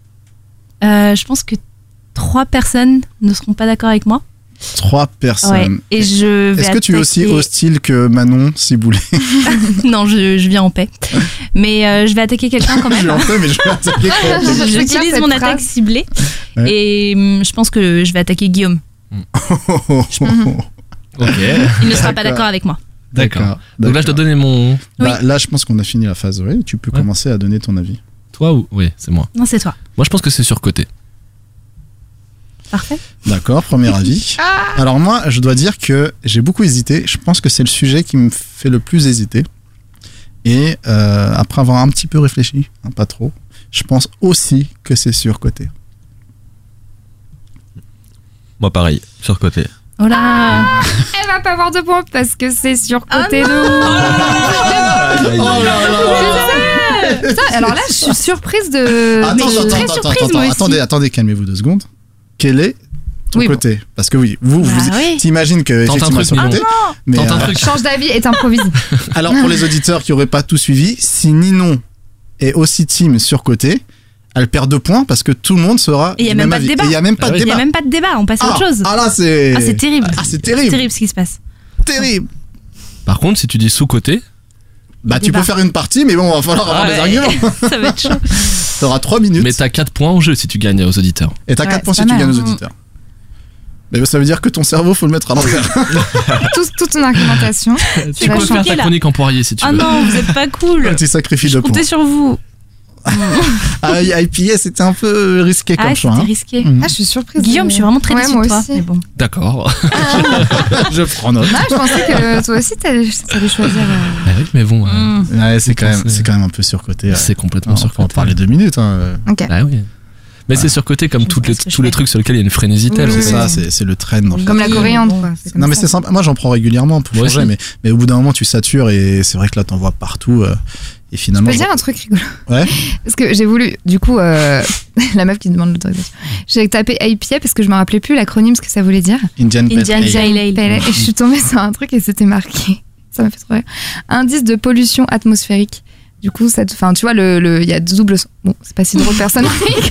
euh, je pense que trois personnes ne seront pas d'accord avec moi. Trois personnes. Ouais. Et je vais Est-ce que tu es aussi attaquer- hostile que Manon Ciboulé? Non, je, je viens en paix. Mais euh, je vais attaquer quelqu'un quand Je même. l'ai en tête, mais je vais attaquer quand même. C'est clair, J'utilise cette mon phrase. attaque ciblée. Ouais. Et hum, je pense que je vais attaquer Guillaume. Ok. Il ne sera pas D'accord. d'accord avec moi. D'accord. Donc là je dois donner mon. Bah, là, je pense qu'on a fini la phase. Ouais, tu peux Ouais. commencer à donner ton avis. Toi ou. Oui, c'est moi. Non, c'est toi. Moi je pense que c'est surcoté. Parfait. D'accord, premier avis. Ah. Alors moi, je dois dire que j'ai beaucoup hésité. Je pense que c'est le sujet qui me fait le plus hésiter. Et euh, après avoir un petit peu réfléchi, hein, pas trop, je pense aussi que c'est surcoté. Moi pareil, surcoté. Oh là. Elle va pas avoir de points parce que c'est sur côté Ah de nous. Oh là Putain, alors là, je suis surprise de. Attends, mais je suis attends, très attends, surprise, attends, moi aussi. attendez, attendez, calmez-vous deux secondes. Quel est ton Oui, bon. côté? Parce que oui, vous, Bah vous oui. t'imagines que Tente un effectivement truc, sur le Ninon. côté. Mais Tente un euh, truc. Change d'avis et t'improvise. alors pour les auditeurs qui auraient pas tout suivi, si Ninon est aussi team surcoté, elle perd deux points parce que tout le monde sera. Et il y a du même pas de avis. débat. Et il y a même pas Ah de oui. Il n'y débat. a même pas de débat, on passe à Ah, autre chose. ah là c'est. Ah, c'est terrible. Ah c'est C'est terrible. terrible ce qui se passe. Terrible. Par contre, si tu dis sous-côté, Bah tu Débat. peux faire une partie, mais bon, va falloir avoir Ouais. des arguments. Ça va être chaud. T'auras trois minutes. mais t'as quatre points en jeu si tu gagnes aux auditeurs. Et t'as Ouais, quatre points c'est si pas tu mal, gagnes aux hein. auditeurs. Mais ça veut dire que ton cerveau, faut le mettre à l'envers. Tout, toute ton argumentation. Tu vas peux faire chanter, ta là. chronique en poirier si tu Ah veux. non, vous êtes pas cool. Tu sacrifies Je deux points. comptais sur vous. Ah, I P A, c'était un peu risqué Ah, comme choix. c'était hein. risqué. Mhm. Ah, je suis surprise. Guillaume, je suis vraiment très Ouais, déçue moi de toi. aussi. Mais bon. D'accord. Je prends note. Non, je pensais que toi aussi, t'allais t'allais choisir. euh, Ah oui, mais bon, euh, Mm. Ouais, c'est quand même, C'est- c'est quand même un peu surcoté. ouais. c'est complètement On va en surcoté. parler deux minutes. Hein. Ok. Ah oui. Mais c'est surcoté comme Je toutes sais les, pas ce que je tous les fais. trucs sur lesquels il y a une frénésie telle. Oui, C'est oui, ça, oui. c'est c'est le trend. En fait. Comme la Oui, coriandre, bon. quoi. C'est comme Non mais ça. c'est sympa. Moi j'en prends régulièrement pour Moi changer, aussi. mais, mais au bout d'un moment tu satures et c'est vrai que là t'en vois partout. euh, et Je finalement. peux dire un truc rigolo. Ouais. Parce que j'ai voulu, du coup, euh, la meuf qui demande l'autorisation. J'ai tapé I P A parce que je me rappelais plus l'acronyme, ce que ça voulait dire. Indian, Pale Indian Ale. Pale Ale. Pale Ale. Et je suis tombée sur un truc et c'était marqué. Ça m'a fait trop rire. Indice de pollution atmosphérique. Du coup, ça te, enfin, tu vois, le, le, il y a double. Bon, c'est pas si drôle, personne.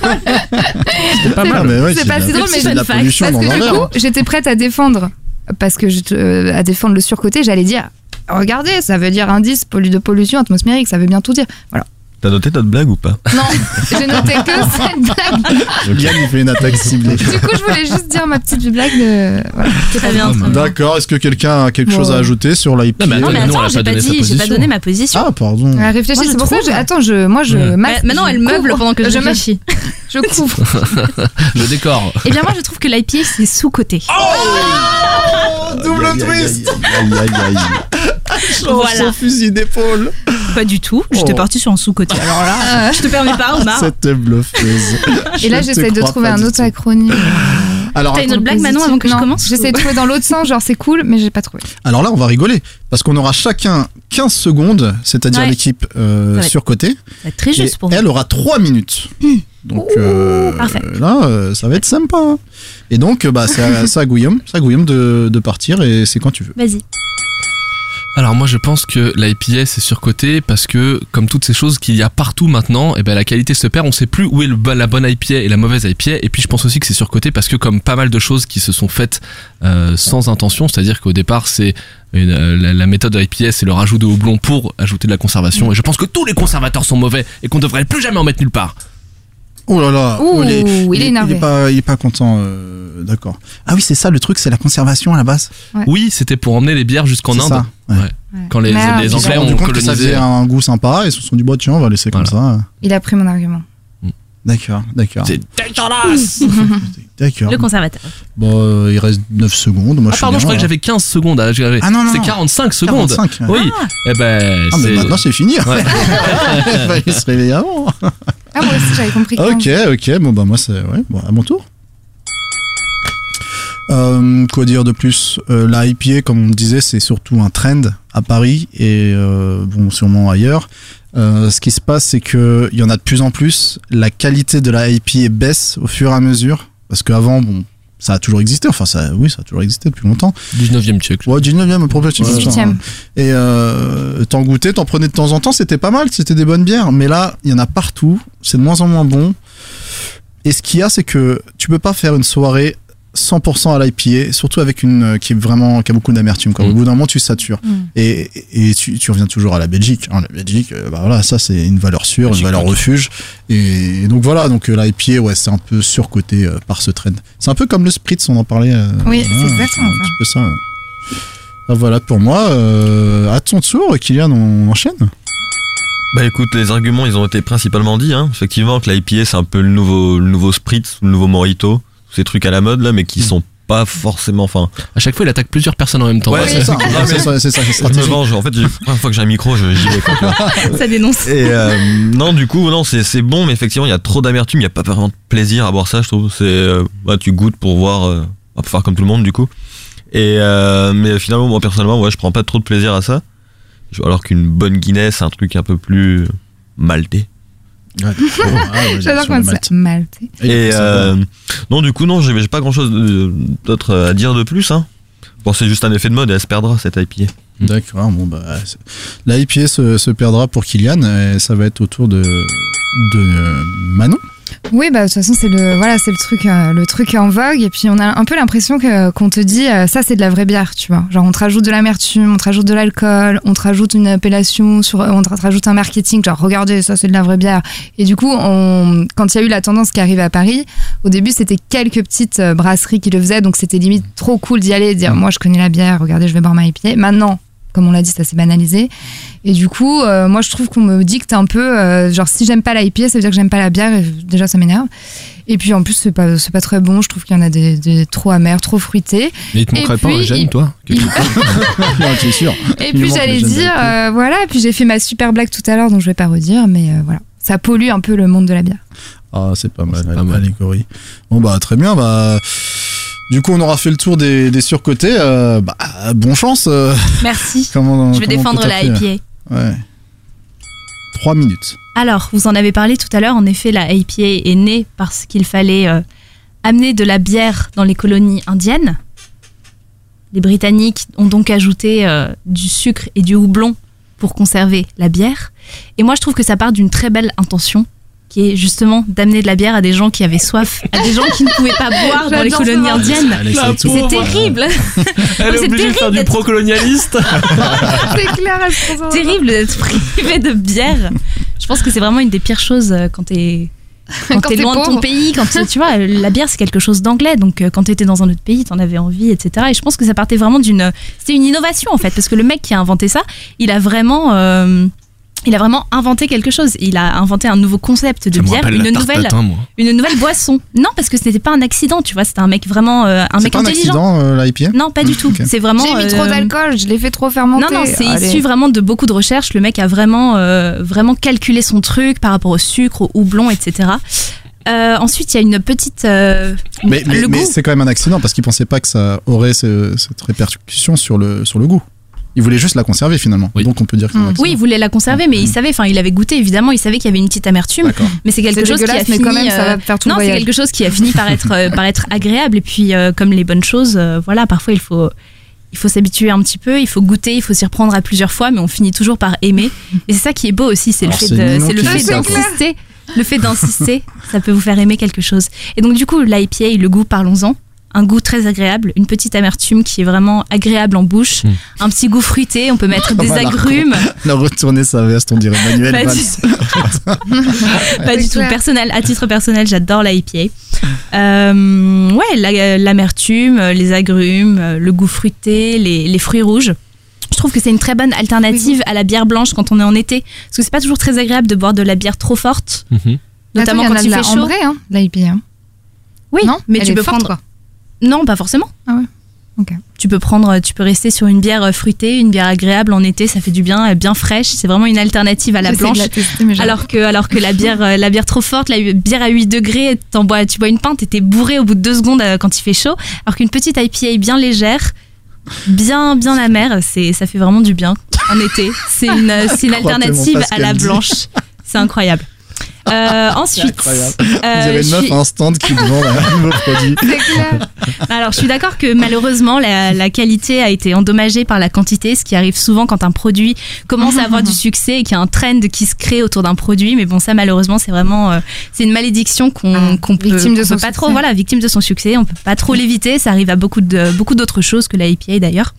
C'est pas C'est- mal, mais ouais, c'est c'est pas de si la- drôle, mais c'est de la fun fact, pollution Parce dans que du l'air. coup, j'étais prête à défendre, parce que je, euh, à défendre le surcoté, j'allais dire, regardez, ça veut dire indice pollu- de pollution atmosphérique, ça veut bien tout dire. Voilà. T'as noté notre blague ou pas? Non, j'ai noté que cette blague. Yann il fait une attaque ciblée. Du coup, je voulais juste dire ma petite blague de. Voilà. Très bien, très bien. D'accord. Est-ce que quelqu'un a quelque Bon. chose à ajouter sur l'I P A? Non, mais Non, mais Nous, on attends, a j'ai pas pas donné sa dit, j'ai pas position. donné ma position. Ah pardon. Ouais, réfléchis, Moi, je c'est pour ça que je. trouve- Attends, je, moi, je. Ouais. ma- Bah, maintenant, je elle meuble couvre. pendant que je, Je me- réfléchis. Je couvre. Le décor. Eh bien, moi, je trouve que l'I P A, c'est sous-coté. Double Aïe, aïe, twist. Aïe aïe aïe. aïe. Voilà. Son fusil d'épaule. Pas du tout. J'étais Oh. partie sur un sous-côté. Alors là, je te permets pas, Omar. Cette bluffeuse. Et là, Je te j'essaye de crois trouver pas un du autre tout. acronyme. Alors, T'as une attends, autre blague, Manon, avant que je Non, commence J'essaie de trouver dans l'autre sens, genre c'est cool, mais j'ai pas trouvé. alors là, on va rigoler parce qu'on aura chacun quinze secondes, c'est-à-dire Ouais. l'équipe euh, Ça va être surcotée. Ça va être très Et juste pour vous. elle aura trois minutes. Donc euh, parfait. là, euh, ça va être sympa. hein. Et donc, euh, bah, c'est à, c'est à Guillaume, c'est à Guillaume de, de partir et c'est quand tu veux. Vas-y. Alors moi je pense que l'I P A c'est surcoté parce que comme toutes ces choses qu'il y a partout maintenant, et ben la qualité se perd, on sait plus où est le, bon- la bonne I P A et la mauvaise I P A. Et puis je pense aussi que c'est surcoté parce que comme pas mal de choses qui se sont faites euh, sans intention, c'est-à-dire qu'au départ c'est une, euh, la, la méthode I P A c'est le rajout de houblon pour ajouter de la conservation. Et je pense que tous les conservateurs sont mauvais et qu'on devrait plus jamais en mettre nulle part. Oh là là, Ouh, oh, il est énervé. Il est pas, il est pas content. euh, D'accord. Ah oui, c'est ça le truc, c'est la conservation à la base. Ouais. Oui, c'était pour emmener les bières jusqu'en C'est Inde. ça, ouais. Ouais. Quand les, Merde. les Ils se sont Anglais rendus ont compte que ça colonisé. faisait un goût sympa et ils se sont dit bon tiens on va laisser comme ça. Il a pris mon argument. D'accord, d'accord. C'est dégueulasse. D'accord. Le conservateur. Bon, euh, il reste neuf secondes. Moi, Ah je pardon, suis je croyais que bien, j'avais quinze secondes. Ah, j'avais- Ah non, non, c'est non. quarante-cinq secondes. quarante-cinq, ouais. Oui. Eh ben, Ah mais c'est- maintenant c'est fini. Ouais. Il fallait se réveiller avant. Ah, moi aussi, j'avais compris. quinze. Ok, ok, bon bah moi c'est ouais, bon, à mon tour. Euh, quoi dire de plus euh, La I P A, comme on disait, c'est surtout un trend à Paris et euh, bon sûrement ailleurs. Euh, ce qui se passe, c'est que il y en a de plus en plus. La qualité de la I P A baisse au fur et à mesure parce qu'avant, bon, ça a toujours existé. Enfin, ça, oui, ça a toujours existé depuis longtemps. dix-neuvième siècle. Ouais, dix-neuvième, probablement. dix-huitième. Et euh, t'en goûtais, t'en prenais de temps en temps, c'était pas mal, c'était des bonnes bières. Mais là, il y en a partout, c'est de moins en moins bon. Et ce qu'il y a, c'est que tu peux pas faire une soirée cent pour cent à l'I P A, surtout avec une euh, qui est vraiment qui a beaucoup d'amertume. Quoi. Au Mm. bout d'un moment, tu satures. Mm. Et, et tu, tu reviens toujours à la Belgique. Hein. La Belgique, euh, bah voilà, ça c'est une valeur sûre, Belgique, une valeur ok. refuge. Et, donc voilà, donc euh, l'I P A, ouais, c'est un peu surcoté euh, par ce trend. C'est un peu comme le Spritz, on en parlait. euh, Oui, c'est voilà, exactement un ça. petit peu ça. ouais. Ah, voilà pour moi. Euh, à ton tour, Kylian, on enchaîne. Bah écoute, les arguments ils ont été principalement dit, hein. Effectivement que l'I P A c'est un peu le nouveau, le nouveau Spritz, le nouveau Mojito, ces trucs à la mode là, mais qui sont pas forcément, enfin. À chaque fois, il attaque plusieurs personnes en même temps. Ouais, c'est ça. Non, Ah, mais- c'est ça, c'est ça, c'est Je me stratégique. venge, en fait, j'ai- la première fois que j'ai un micro, je- j'y vais. quoi. Ça dénonce. Et euh, non, du coup, non, c'est c'est bon, mais effectivement, il y a trop d'amertume, il y a pas vraiment de plaisir à boire ça, je trouve. C'est, euh, ouais, tu goûtes pour voir, euh, on peut faire comme tout le monde, du coup. Et euh, mais finalement, moi personnellement, ouais, je prends pas trop de plaisir à ça. Alors qu'une bonne Guinness, un truc un peu plus maltais. Ouais. Oh, ah, ouais, J'adore sur comment le ça. malt. Maltais. Et euh, non, du coup, non, j'ai j'ai pas grand chose d'autre à dire de plus. Hein. Bon, c'est juste un effet de mode et elle se perdra cette I P A. D'accord, bon bah c'est- la I P A se, se perdra pour Kylian et ça va être au tour de, de euh, Manon. Oui, bah de toute façon c'est le voilà c'est le truc euh, le truc en vogue et puis on a un peu l'impression que qu'on te dit euh, ça c'est de la vraie bière, tu vois. Genre on te rajoute de l'amertume, on te rajoute de l'alcool, on te rajoute une appellation sur on te rajoute un marketing genre regardez ça c'est de la vraie bière. Et du coup on quand il y a eu la tendance qui arrivait à Paris, au début c'était quelques petites euh, brasseries qui le faisaient donc c'était limite trop cool d'y aller et de dire moi je connais la bière, regardez je vais boire ma I P A. Maintenant comme on l'a dit, ça s'est banalisé. Et du coup, euh, moi, je trouve qu'on me dicte un peu, euh, genre, si j'aime pas l'I P A, ça veut dire que j'aime pas la bière, et déjà, ça m'énerve. Et puis, en plus, c'est pas, c'est pas très bon. Je trouve qu'il y en a des, des trop amers, trop fruités. Mais il te manquerait Et pas un puis, gène, il- toi quelque part Non, tu es sûr. Et Il puis, manque j'allais le gène dire, d'I P A. euh, voilà, puis j'ai fait ma super blague tout à l'heure, donc je vais pas redire, mais euh, voilà. Ça pollue un peu le monde de la bière. Ah, c'est pas mal, C'est pas mal. l'allégorie. Bon, bah, très bien, bah. Du coup, on aura fait le tour des, des surcotés. Euh, bah, bonne chance. euh, Merci. comment, Je vais comment on défendre peut la I t'appeler, P A. Ouais. Trois minutes. Alors, vous en avez parlé tout à l'heure, en effet, la I P A est née parce qu'il fallait euh, amener de la bière dans les colonies indiennes. Les Britanniques ont donc ajouté euh, du sucre et du houblon pour conserver la bière. Et moi, je trouve que ça part d'une très belle intention, qui est justement d'amener de la bière à des gens qui avaient soif, à des gens qui ne pouvaient pas boire dans les J'adore colonies ça. indiennes. Allez, La c'est tout. C'est pauvre. terrible, Elle est C'est obligée de terrible faire du d'être- pro-colonialiste. C'est clair, elle se transforme. terrible d'être privé de bière. Je pense que c'est vraiment une des pires choses euh, quand t'es quand, Quand t'es t'es loin de ton pauvre. pays, quand tu vois, la bière c'est quelque chose d'anglais, donc euh, quand t'étais dans un autre pays, t'en avais envie, et cetera. Et je pense que ça partait vraiment d'une, c'était une innovation en fait, parce que le mec qui a inventé ça, il a vraiment, euh, il a vraiment inventé quelque chose. Il a inventé un nouveau concept de Ça me bière, rappelle une la tarte nouvelle, tatin, moi. une nouvelle boisson. Non, parce que ce n'était pas un accident, tu vois, c'était un mec vraiment, euh, un C'est mec pas un intelligent. accident, euh, l'I P A? Non, pas du tout. Ok. C'est vraiment. J'ai mis euh, trop d'alcool, je l'ai fait trop fermenter. non, non, c'est Allez. issu vraiment de beaucoup de recherches. Le mec a vraiment, euh, vraiment calculé son truc par rapport au sucre, au houblon, et cetera. Euh, ensuite, il y a une petite. euh, Mais, mais, le mais goût. c'est quand même un accident parce qu'il pensait pas que ça aurait ce- cette répercussion sur le, sur le goût. Il voulait juste la conserver finalement. Oui. Donc on peut dire que c'est un Mm. accident. Oui, il voulait la conserver, mais il savait, enfin, il avait goûté évidemment, il savait qu'il y avait une petite amertume, D'accord. mais c'est quelque C'est chose qui a dégueulasse, fini. mais quand même, ça euh, va faire tout non, le c'est voyage. quelque chose qui a fini par être, euh, par être agréable. Et puis, euh, comme les bonnes choses, euh, voilà, parfois il faut. Il faut s'habituer un petit peu, il faut goûter, il faut s'y reprendre à plusieurs fois, mais on finit toujours par aimer. Et c'est ça qui est beau aussi, c'est le Alors, fait c'est de- Ninon c'est le qui fait dit ça, quoi. d'insister. Le fait d'insister, ça peut vous faire aimer quelque chose. Et donc du coup, l'I P A, le goût, parlons-en. Un goût très agréable, une petite amertume qui est vraiment agréable en bouche, Mm. un petit goût fruité, on peut mettre des Voilà. agrumes. Il a retourné sa veste, on dirait Manuel Pas Valls. du, pas du C'est tout. clair. Personnel, à titre personnel, j'adore l'I P A. Euh, ouais, la- l'amertume, les agrumes, le goût fruité, les, les fruits rouges. Je trouve que c'est une très bonne alternative à la bière blanche quand on est en été. Parce que c'est pas toujours très agréable de boire de la bière trop forte, Mhm. notamment Attends, quand il il y en a fait de la chaud. ambrée, hein, l'I P A. Oui, Non, mais Elle tu est peux forte, prendre. quoi. Non, pas forcément. Ah ouais. Ok. Tu peux prendre, tu peux rester sur une bière fruitée, une bière agréable en été, ça fait du bien, elle est bien fraîche. C'est vraiment une alternative à la J'essaie de blanche. la tester, mais j'arrive Alors que, alors que la bière, euh, la bière trop forte, la bière à huit degrés, t'en bois, tu bois une pinte et t'es bourré au bout de deux secondes euh, quand il fait chaud. Alors qu'une petite I P A bien légère, bien, bien amère, c'est, ça fait vraiment du bien en été. C'est une, euh, c'est une Je crois tellement alternative pas ce à la qu'elle dit. blanche. C'est incroyable. Euh, ensuite, incroyable. euh, Vous avez une je meuf suis- à un stand qui vend un nouveau produit. C'est clair. Alors, je suis d'accord que malheureusement, la, la qualité a été endommagée par la quantité, ce qui arrive souvent quand un produit commence à avoir du succès et qu'il y a un trend qui se crée autour d'un produit. Mais bon, ça, malheureusement, c'est vraiment, euh, c'est une malédiction qu'on Ah, qu'on peut, victime de qu'on son peut pas trop, succès. voilà, victime de son succès. On peut pas trop l'éviter. Ça arrive à beaucoup de, beaucoup d'autres choses que la I P A d'ailleurs.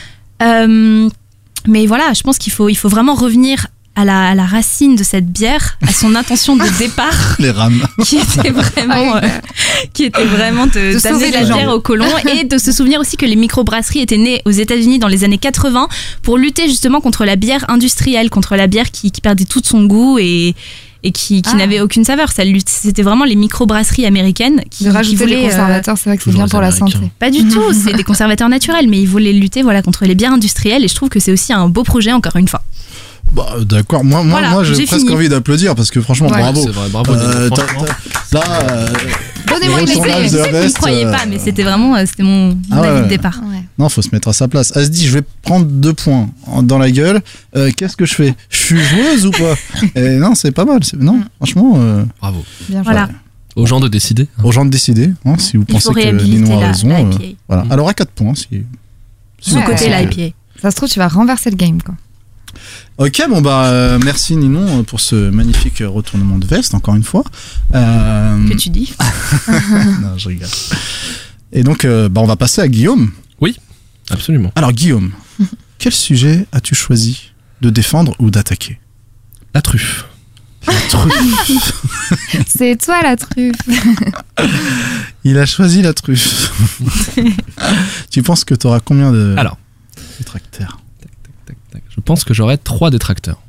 Euh, mais voilà, je pense qu'il faut, il faut vraiment revenir à la, à la racine de cette bière, à son intention de départ. Les rames. qui était vraiment, Ah oui. euh, qui était vraiment de, De d'amener sauver de la les gens. bière aux colons et de se souvenir aussi que les microbrasseries étaient nées aux États-Unis dans les années quatre-vingts pour lutter justement contre la bière industrielle, contre la bière qui, qui perdait tout son goût et et qui, qui Ah. n'avait aucune saveur. Ça lutte, c'était vraiment les microbrasseries américaines qui, De qui rajouter voulaient. les euh, conservateurs, c'est vrai que c'est toujours bien les pour la Américains. santé. pas du tout, c'est des conservateurs naturels, mais ils voulaient lutter voilà contre les bières industrielles et je trouve que c'est aussi un beau projet encore une fois. Bah, d'accord, moi, moi, Voilà, moi j'ai j'ai presque fini. envie d'applaudir parce que franchement, Ouais. bravo. C'est vrai, bravo. Euh, Ninon, t'as- franchement. t'as- là, euh, Donnez-moi une Le retournage essai. de Je sais que vous ne veste, croyez euh, pas, mais c'était vraiment euh, c'était mon, mon Ah ouais, avis de ouais. départ. Ouais. non, faut se mettre à sa place. Elle se dit, je vais prendre deux points en- dans la gueule. Euh, Qu'est-ce que je fais? Je suis joueuse ou pas? Et non, c'est pas mal. c'est- Non, franchement, euh, Bravo. Bien joué. Voilà. Aux gens de décider. aux gens de décider. hein, si vous Il pensez faut que réhabiliter Ninon a la, raison. la euh, I P A. voilà. Mm. Elle aura quatre points. Si, si vous Ouais. Sous-côté pensez la que- I P A. Ça se trouve, tu vas renverser le game, quoi. Ok, bon bah euh, merci Ninon pour ce magnifique retournement de veste, encore une fois. Euh... Que tu dis. non, je rigole. Et donc, euh, bah, on va passer à Guillaume. Absolument. Alors Guillaume, quel sujet as-tu choisi de défendre ou d'attaquer? La truffe. La truffe. C'est toi la truffe. Il a choisi la truffe. Tu penses que tu auras combien de Alors. détracteurs? Tac, tac. Je pense que j'aurai trois détracteurs.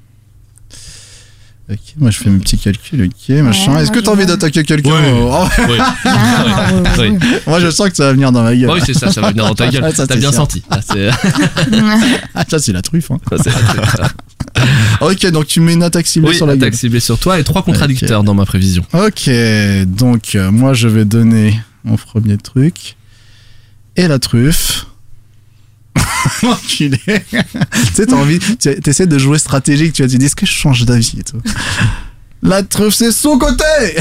Ok, moi je fais mes petits calculs, ok, machin. Ouais, Est-ce que moi, tu as envie je- d'attaquer quelqu'un? Oui. Oh, Oui. Ah, Oui. ouais, ouais, moi je sens que ça va venir dans ma gueule. oui, c'est ça, ça va venir dans ta gueule. Ah, ça, T'as c'est bien sûr. senti. Ah, c'est- Ah, ça c'est la truffe. Hein. ça, c'est la truffe. Ok, donc tu mets une attaque ciblée Oui, sur la gueule. attaque ciblée sur toi et trois contradicteurs dans ma prévision. Ok, donc euh, moi je vais donner mon premier truc. Et la truffe. Enculé. Tu sais, t'as envie, tu essaies de jouer stratégique, tu vas te dire, est-ce que je change d'avis et tout. La truffe, c'est son côté.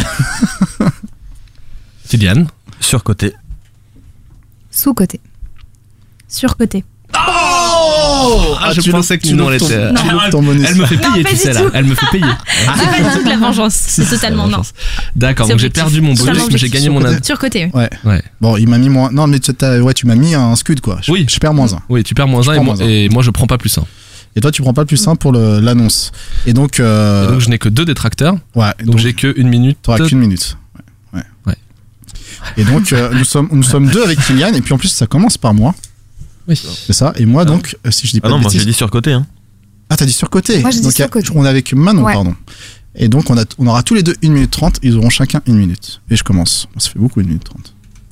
Kylian. Surcoté. Sous-côté. Surcoté. Oh Ah, je tu pensais loupes- que tu Ninon loupes ton- était- tu Non. loupes ton bonus. Elle me fait Non, payer, pas tu du sais là. tout. Elle me fait payer. C'est pas du tout de la vengeance. C'est totalement non. D'accord, C'est donc j'ai objectif. perdu mon bonus, Totalement mais j'ai objectif. gagné mon Surcoté. ad. Surcoté. Ouais. Ouais. Bon, il m'a mis moins. Non, mais tu t'as- ouais, tu m'as mis un scud quoi. Je, Oui. Je perds moins un. Oui, tu perds moins Je un et, prends moi, moins un. et moi je prends pas plus un. Et toi, tu prends pas le plus un pour le- l'annonce. Et donc. Euh, Et donc je n'ai que deux détracteurs, ouais. donc, j'ai que une minute. T'auras qu'une minute. Ouais. ouais. Ouais. Et donc, euh, nous, sommes, nous sommes deux avec Kylian, et puis en plus, ça commence par moi. Oui. C'est ça. Et moi, donc, euh, si je dis pas Ah non, de moi bêtises. j'ai dit surcoté. Hein. Ah, t'as dit surcoté. Moi, j'ai dit Donc, il y a- surcoté. On est avec Manon, Ouais. pardon. Et donc, on, a, on aura tous les deux une minute trente, ils auront chacun une minute. Et je commence. Ça fait beaucoup, une minute trente.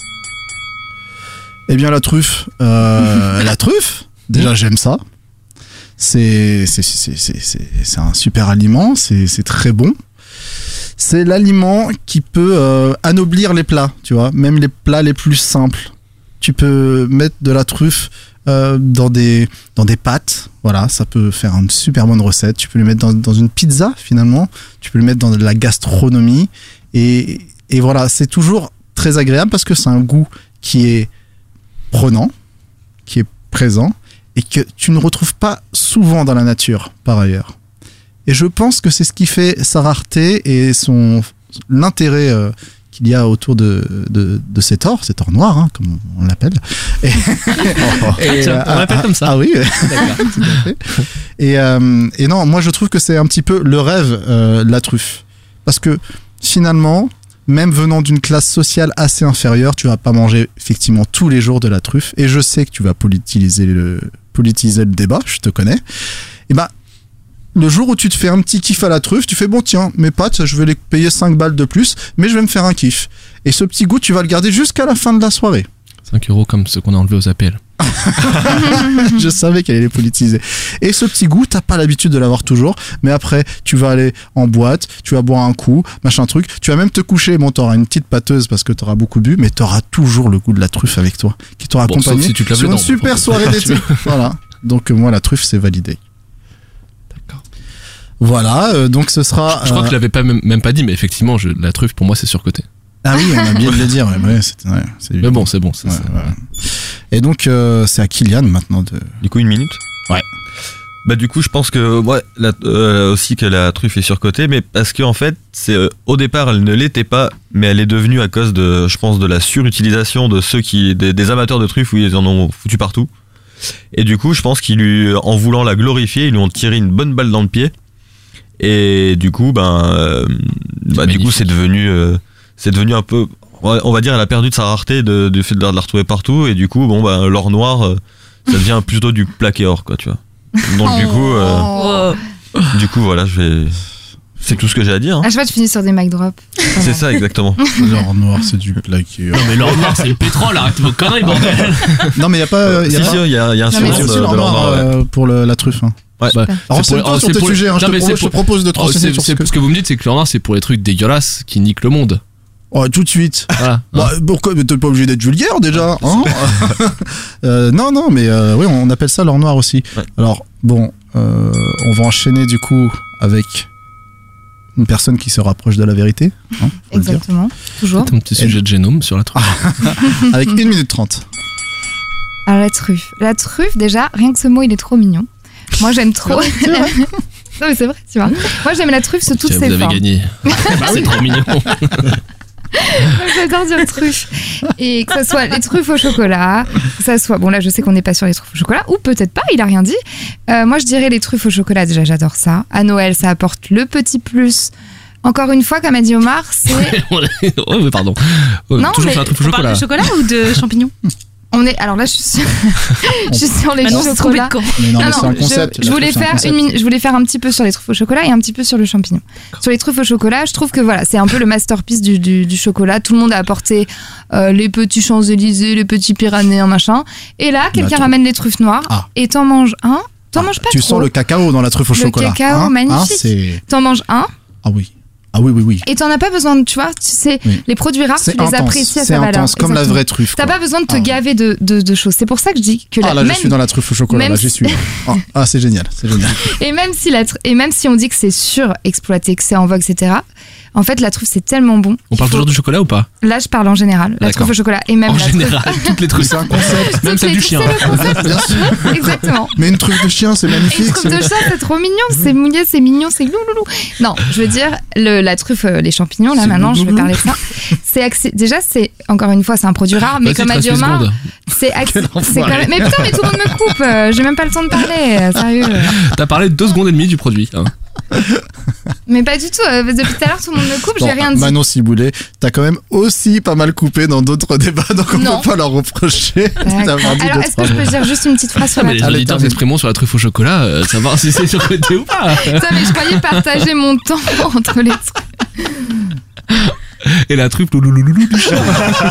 Eh bien, la truffe. Euh, la truffe, déjà, j'aime ça. C'est c'est- c'est- c'est- c'est- c'est un super aliment, c'est c'est très bon. C'est l'aliment qui peut euh, anoblir les plats, tu vois, même les plats les plus simples. Tu peux mettre de la truffe euh, dans des dans des pâtes, voilà, ça peut faire une super bonne recette. Tu peux le mettre dans, dans une pizza finalement, tu peux le mettre dans de la gastronomie et, et voilà, c'est toujours très agréable parce que c'est un goût qui est prenant, qui est présent et que tu ne retrouves pas souvent dans la nature par ailleurs. Et je pense que c'est ce qui fait sa rareté et son l'intérêt euh, qu'il y a autour de, de, de cet or, cet or noir, hein, comme on l'appelle. Et, et, Tiens, on ah, l'appelle ah, comme ça. Ah oui, D'accord. tout à fait. Et, euh, et non, moi je trouve que c'est un petit peu le rêve, euh, la truffe. Parce que finalement, même venant d'une classe sociale assez inférieure, tu vas pas manger effectivement tous les jours de la truffe. Et je sais que tu vas politiser le, politiser le débat, je te connais. Et ben, le jour où tu te fais un petit kiff à la truffe, tu fais bon tiens, mes pâtes, je vais les payer cinq balles de plus, mais je vais me faire un kiff. Et ce petit goût, tu vas le garder jusqu'à la fin de la soirée. cinq euros comme ceux qu'on a enlevés aux A P L. Je savais qu'elle allait les politiser. Et ce petit goût, t'as pas l'habitude de l'avoir toujours, mais après, tu vas aller en boîte, tu vas boire un coup, machin truc, tu vas même te coucher, bon, t'auras une petite pâteuse parce que t'auras beaucoup bu, mais t'auras toujours le goût de la truffe avec toi, qui t'aura Bon, sauf accompagné si tu te laves sur les une dents, super par soirée contre. d'été. Voilà. Donc, euh, moi, la truffe, c'est validé. D'accord. Voilà, euh, donc ce sera. Je crois euh, que je l'avais pas même, même pas dit, mais effectivement, je, la truffe pour moi c'est surcoté. Ah oui, on a bien de le dire, ouais, ouais, c'est, ouais, c'est Mais évident. bon, c'est bon. c'est Ouais, ça. ouais. Et donc, euh, c'est à Kylian maintenant de. Du coup, une minute. Ouais. Bah du coup, je pense que ouais, la, euh, aussi que la truffe est surcotée, mais parce que en fait, c'est euh, au départ, elle ne l'était pas, mais elle est devenue à cause de, je pense, de la surutilisation de ceux qui, des, des amateurs de truffe où ils en ont foutu partout. Et du coup, je pense qu'ils lui, en voulant la glorifier, ils lui ont tiré une bonne balle dans le pied. Et du coup, ben, euh, bah, du coup, c'est devenu, euh, c'est devenu un peu, on va dire, elle a perdu de sa rareté de, du fait de la de la retrouver partout. Et du coup, bon, ben, l'or noir, euh, ça devient plutôt du plaqué or, quoi, tu vois. Donc du coup, euh, Oh. du coup, voilà, je vais. C'est tout ce que j'ai à dire. Hein. À chaque fois, tu finis sur des mic drops. C'est ça, exactement. L'or noir, c'est du plaqué. Non mais l'or noir c'est le pétrole, arrête vos conneries bordel. Non, mais il n'y a pas. Y a Si, pas... si, il y a, il y a un Non, mais surnom C'est de, aussi de l'or l'or noir noir. Ouais. euh, pour le- la truffe. Hein. Ouais. Bah, Renseigne-toi c'est sur c'est tes pour- sujets, hein, je, non, te mais pro- c'est je te pour- propose de te Oh, renseigner c'est- sur ce c'est- que... Ce que vous me dites c'est que l'or noir c'est pour les trucs dégueulasses qui niquent le monde. Oh, tout de suite. Voilà. Bah, pourquoi mais t'es pas obligé d'être vulgaire déjà hein euh, Non, non, mais euh, oui, on appelle ça l'or noir aussi. Ouais. Alors, bon, euh, on va enchaîner du coup avec une personne qui se rapproche de la vérité. Hein, faut le dire. Exactement. Toujours. C'est un petit sujet de génome sur la truffe. Avec une minute trente. Alors la truffe. La truffe, déjà, rien que ce mot, il est trop mignon. Moi, j'aime trop. Non, mais c'est vrai, tu vois. Moi, j'aime la truffe sous toutes Tiens, ses vous avez formes. gagné. C'est trop mignon. J'adore dire truffe. Et que ce soit les truffes au chocolat, que ça soit. Bon, là, je sais qu'on n'est pas sur les truffes au chocolat, ou peut-être pas, il a rien dit. Euh, moi, je dirais les truffes au chocolat, déjà, j'adore ça. À Noël, ça apporte le petit plus. Encore une fois, comme a dit Omar, c'est. Oh, oui, pardon. Oh, Non, toujours mais sur la truffe au On parle chocolat. de chocolat ou de champignons? On est. Alors là, je suis sur, je suis sur les Maintenant, truffes c'est au trompé de chocolat. camp. Mais non, Ah mais non, c'est un je- concept. Je, la voulais truffe, c'est un faire concept. une minute, je voulais faire un petit peu sur les truffes au chocolat et un petit peu sur le champignon. Sur les truffes au chocolat, je trouve que voilà, c'est un peu le masterpiece du, du, du chocolat. Tout le monde a apporté euh, les petits Champs-Élysées, les petits Pyrénéens, machin. Et là, quelqu'un Bah, ramène les truffes noires Ah. et t'en manges un. T'en Ah, manges pas tu trop. sens le cacao dans la truffe au Le chocolat. cacao, Hein, magnifique. hein, c'est... T'en manges un Ah oui. Ah oui, oui, oui. et t'en as pas besoin de, tu vois, tu sais, Oui. les produits rares, tu C'est les intense. apprécies à C'est sa valeur. intense, comme la Exactement. vraie truffe. T'as quoi. pas besoin de te Ah. gaver de, de, de choses. C'est pour ça que je dis que Ah la, là, je même, suis dans la truffe au chocolat, même là, j'y si- suis. Ah, ah, c'est génial, c'est génial. et même si la tr- et même si on dit que c'est surexploité, que c'est en vogue, et cetera. En fait, la truffe, c'est tellement bon. On qu'il parle faut- toujours du chocolat ou pas? Là, je parle en général. La D'accord. truffe au chocolat et même En la truffe- général, toutes les truffes. C'est un concept. Même toutes celle les- du chien. c'est le concept. Bien sûr. Exactement. Mais une truffe de chien, c'est Et une magnifique. truffe de c'est- chat, c'est trop mignon, c'est mouillé, c'est mignon, c'est louloulou. Non, je veux dire, le, la truffe, euh, les champignons, là C'est maintenant, je vais louloulou. parler de ça. C'est accès- déjà, c'est encore une fois, c'est un produit rare, mais Vas-y, comme a dit treize Omar, secondes. c'est accès- Quel c'est quand enfoiré. même. Mais putain, mais tout le monde me coupe. euh, J'ai même pas le temps de parler, euh, sérieux. T'as parlé de deux secondes et demie du produit. hein. Mais pas du tout. euh, Depuis tout à l'heure, tout le monde me coupe, Bon, j'ai rien dit. Manon Ciboulet, t'as quand même aussi pas mal coupé dans d'autres débats, donc on Non. peut pas leur reprocher D'accord. d'avoir dit Alors, deux, est-ce trois que je peux mots. dire juste une petite phrase sur Ah, la mais les truffe Allez, auditeurs termine. s'exprimeront sur la truffe au chocolat, euh, savoir si c'est surcoté ou pas. Putain, mais je croyais partager mon temps entre les trucs. Et la truffe, loulouloulou du chien.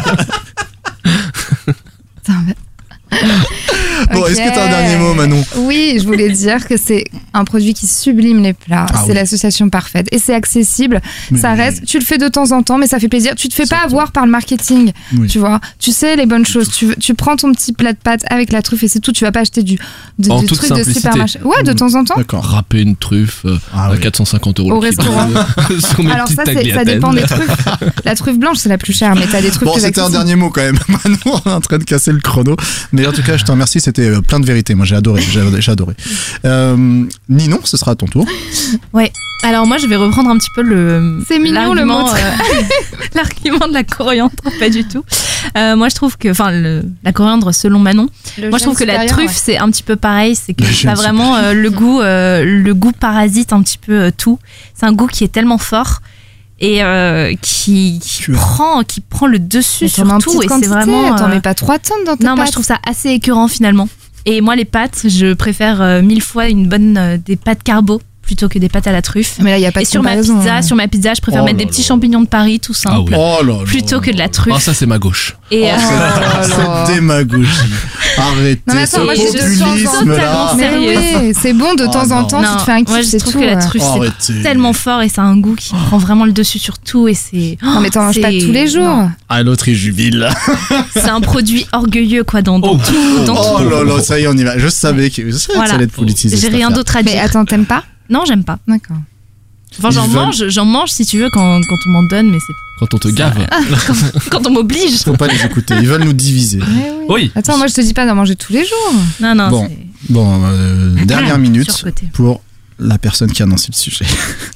Putain, mais- Bon, Ok. est-ce que t'as un dernier mot, Manon? Oui, je voulais dire que c'est un produit qui sublime les plats. Ah c'est oui. l'association parfaite. Et c'est accessible. Mais ça oui. reste. Tu le fais de temps en temps, mais ça fait plaisir. Tu te fais pas Exactement. avoir par le marketing. Oui. Tu vois. Tu sais les bonnes choses. Tu, tu prends ton petit plat de pâtes avec la truffe et c'est tout. Tu vas pas acheter du, de, En du toute truc de simplicité. supermarché. Ouais, de Mm. temps en temps. D'accord. Râper une truffe euh, Ah à oui. quatre cent cinquante euros Au le kilo. restaurant. Sur mes Alors petites ça, c'est- ça tagliatelles. dépend des truffes. La truffe blanche, c'est la plus chère, mais t'as des truffes Bon, plus c'était un accessibles. dernier mot quand même. Manon, on est en train de casser le chrono. Mais en tout cas, je te remercie. C'était euh, plein de vérité. Moi, j'ai adoré. J'ai j'ai adoré. Euh, Ninon, ce sera à ton tour. Alors moi je vais reprendre un petit peu le C'est mignon, le l'argument, mot. euh, l'argument de la coriandre, pas du tout. Euh, moi je trouve que enfin le- la coriandre selon Manon, Le moi je trouve que gène la supérieur, truffe c'est un petit peu pareil, c'est que Le gène t'as vraiment euh, le goût euh, le goût parasite un petit peu euh, tout. C'est un goût qui est tellement fort et euh, qui, qui Tu as- prend qui prend le dessus Mais sur t'en mets en tout petite et c'est quantité, vraiment T'en euh, mets pas trois tonnes dans tes non, moi pâtes. je trouve ça assez écœurant finalement. Et moi les pâtes, je préfère euh, mille fois une bonne euh, des pâtes carbo plutôt que des pâtes à la truffe. Mais là, il y a pas Et de sur ma comparaison, pizza, hein. sur ma pizza, je préfère Oh mettre là des petits là. champignons de Paris tout simple, Ah oui. Oh là là. plutôt que de la Ah, truffe. ça, c'est ma gauche. Et euh, Oh là là. Cette démagogie. Arrêtez Non, mais attends, ce moi, j'ai de temps en populisme là. temps- Mais Sérieuse. oui, c'est bon de Oh temps en non. temps, non, tu te fais un moi kiff, je c'est trouve tout. que la euh. truffe c'est Arrêtez. tellement fort et c'est un goût qui prend vraiment le dessus sur tout et c'est Non, mais t'en manges pas c'est- tous les jours. non. Ah, l'autre, il jubile. c'est un produit orgueilleux quoi dans, dans Oh. tout, dans Oh tout. là là, ça y est, on y va. Je savais que je savais que ça Voilà. allait être politisé. J'ai cette rien affaire. d'autre à Mais dire. attends, t'aimes pas? Non, j'aime pas. D'accord. Enfin, j'en Ils veulent- mange, j'en mange si tu veux quand, quand on m'en donne, mais c'est Quand on te gave. quand on m'oblige. Faut pas les écouter. Ils veulent nous diviser. Oui. Attends, moi je te dis pas d'en manger tous les jours. Non, non, Bon. c'est Bon, euh, dernière minute surcoté. pour la personne qui a annoncé le sujet.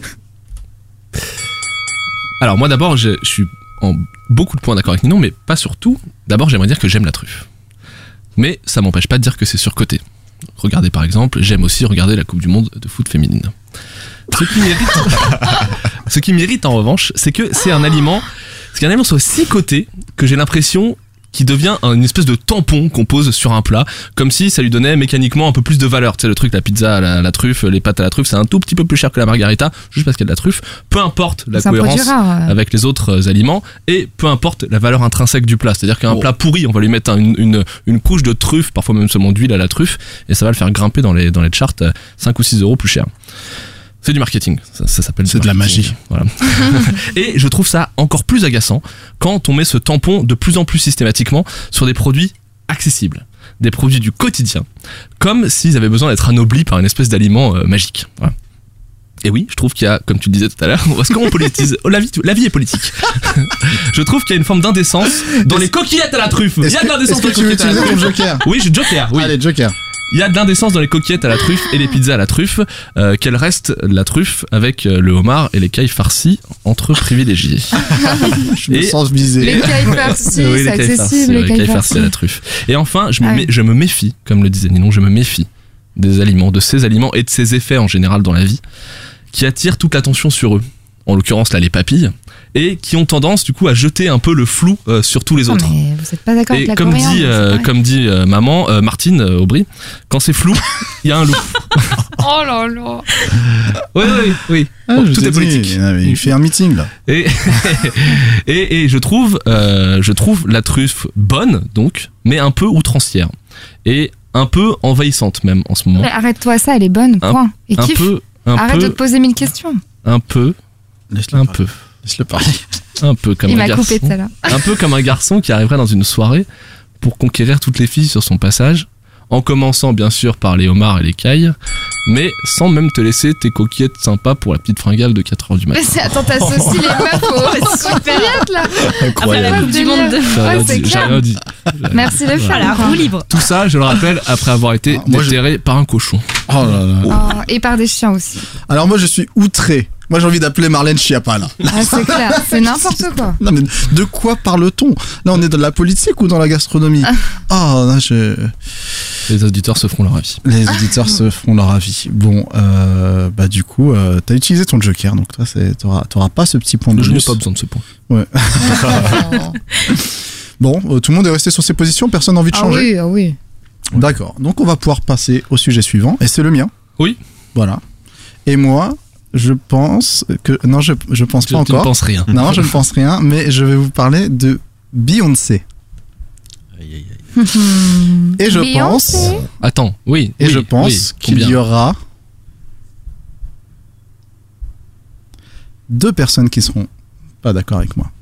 Alors, moi, d'abord, je, je suis en beaucoup de points d'accord avec Ninon, mais pas sur tout. D'abord, j'aimerais dire que j'aime la truffe. Mais ça m'empêche pas de dire que c'est surcoté. Regardez, par exemple, j'aime aussi regarder la Coupe du Monde de foot féminine. Ce qui m'irrite, ce qui m'irrite en revanche, c'est que c'est un aliment, c'est qu'un aliment soit si coté que j'ai l'impression qu'il devient une espèce de tampon qu'on pose sur un plat, comme si ça lui donnait mécaniquement un peu plus de valeur. Tu sais, le truc, la pizza à la, la truffe, les pâtes à la truffe, c'est un tout petit peu plus cher que la margarita, juste parce qu'il y a de la truffe. Peu importe la C'est un produit cohérence rare. euh. avec les autres euh, aliments et peu importe la valeur intrinsèque du plat. C'est-à-dire qu'un Oh. plat pourri, on va lui mettre un- une, une, une couche de truffe, parfois même seulement d'huile à la truffe, et ça va le faire grimper dans les, dans les charts euh, cinq ou six euros plus cher. C'est du marketing, ça, ça s'appelle C'est du de la marketing. magie. Voilà. Et je trouve ça encore plus agaçant quand on met ce tampon de plus en plus systématiquement sur des produits accessibles, des produits du quotidien, comme s'ils avaient besoin d'être anoblis par une espèce d'aliment euh, magique. Voilà. Et oui, je trouve qu'il y a, comme tu le disais tout à l'heure, est-ce qu'on politise Oh, la vie, la vie est politique. Je trouve qu'il y a une forme d'indécence dans les coquillettes à la truffe. Il y Est-ce a que, de l'indécence est-ce dans que les tu veux coquillettes à la utiliser ton truffe. joker? Oui, je joker, oui. Allez, joker. Il y a de l'indécence dans les coquillettes à la truffe et les pizzas à la truffe. Euh, quelle reste la truffe avec euh, le homard et les cailles farcies entre privilégiés. Je me Et- sens visé. Les cailles farcies, Oui, c'est cailles farcies, accessible, ouais, les cailles farcies à farcies. la truffe. Et enfin, je me, Ah mé- oui. je me méfie, comme le disait Ninon, je me méfie des aliments, de ces aliments et de ces effets en général dans la vie qui attirent toute l'attention sur eux. En l'occurrence, là, les papilles. Et qui ont tendance, du coup, à jeter un peu le flou euh, sur tous les Non, autres. mais vous êtes pas d'accord Et avec la comme coriandre, dit, c'est euh, pareil. comme dit euh, maman, euh, Martine euh, Aubry, quand c'est flou, il y a un loup. Oh là là. Oui, oui, oui. Ah, Bon, je tout t'ai est dit, politique. ah, mais il fait un meeting là. Et, et, et je trouve, euh, je trouve la truffe bonne, donc, mais un peu outrancière. Et un peu envahissante même en ce moment. Mais arrête-toi, ça, elle est bonne, Un- point. Et Un kiffe. peu, un Arrête de peu, te poser mille questions. un peu, Laisse-le un parler. peu, Laisse-le parler. un peu comme Il un m'a garçon. coupé de ça là. Un peu comme un garçon qui arriverait dans une soirée pour conquérir toutes les filles sur son passage, en commençant bien sûr par les homards et les cailles, mais sans même te laisser tes coquillettes sympas pour la petite fringale de quatre heures du matin. Mais c'est, attends, t'associes les meufs aux coquillettes là. Après la Coupe du Monde de... J'ai Ouais, rien c'est dit, j'ai clair. rien dit. Merci les Ah, la femmes. quoi. roue libre. Tout ça, je le rappelle, après avoir été Ah, moi, je- déterré par un cochon. Oh là là. Oh, et par des chiens aussi. Alors moi je suis outré. Moi j'ai envie d'appeler Marlène Schiappa là. Ah, c'est clair, c'est n'importe quoi. Non mais de quoi parle-t-on? Là on est dans la politique ou dans la gastronomie? Oh là je... Les auditeurs se feront leur avis. Les auditeurs se feront leur avis. Bon, euh, bah du coup, euh, t'as utilisé ton joker, donc toi c'est- t'auras t'auras pas ce petit point de Je n'ai bonus. pas besoin de ce point. Bon, euh, tout le monde est resté sur ses positions, personne n'a envie de Ah changer. oui, ah oui. D'accord, donc on va pouvoir passer au sujet suivant, et c'est le mien. Oui. Voilà. Et moi, je pense que... Non, je, je pense Tu, pas tu ne encore. penses rien. Non, je ne pense rien, mais je vais vous parler de Beyoncé. Aïe, aïe, aïe. Et je Beyoncé pense... Attends, oui. Et oui, je pense oui, qu'il combien y aura deux personnes qui seront pas d'accord avec moi.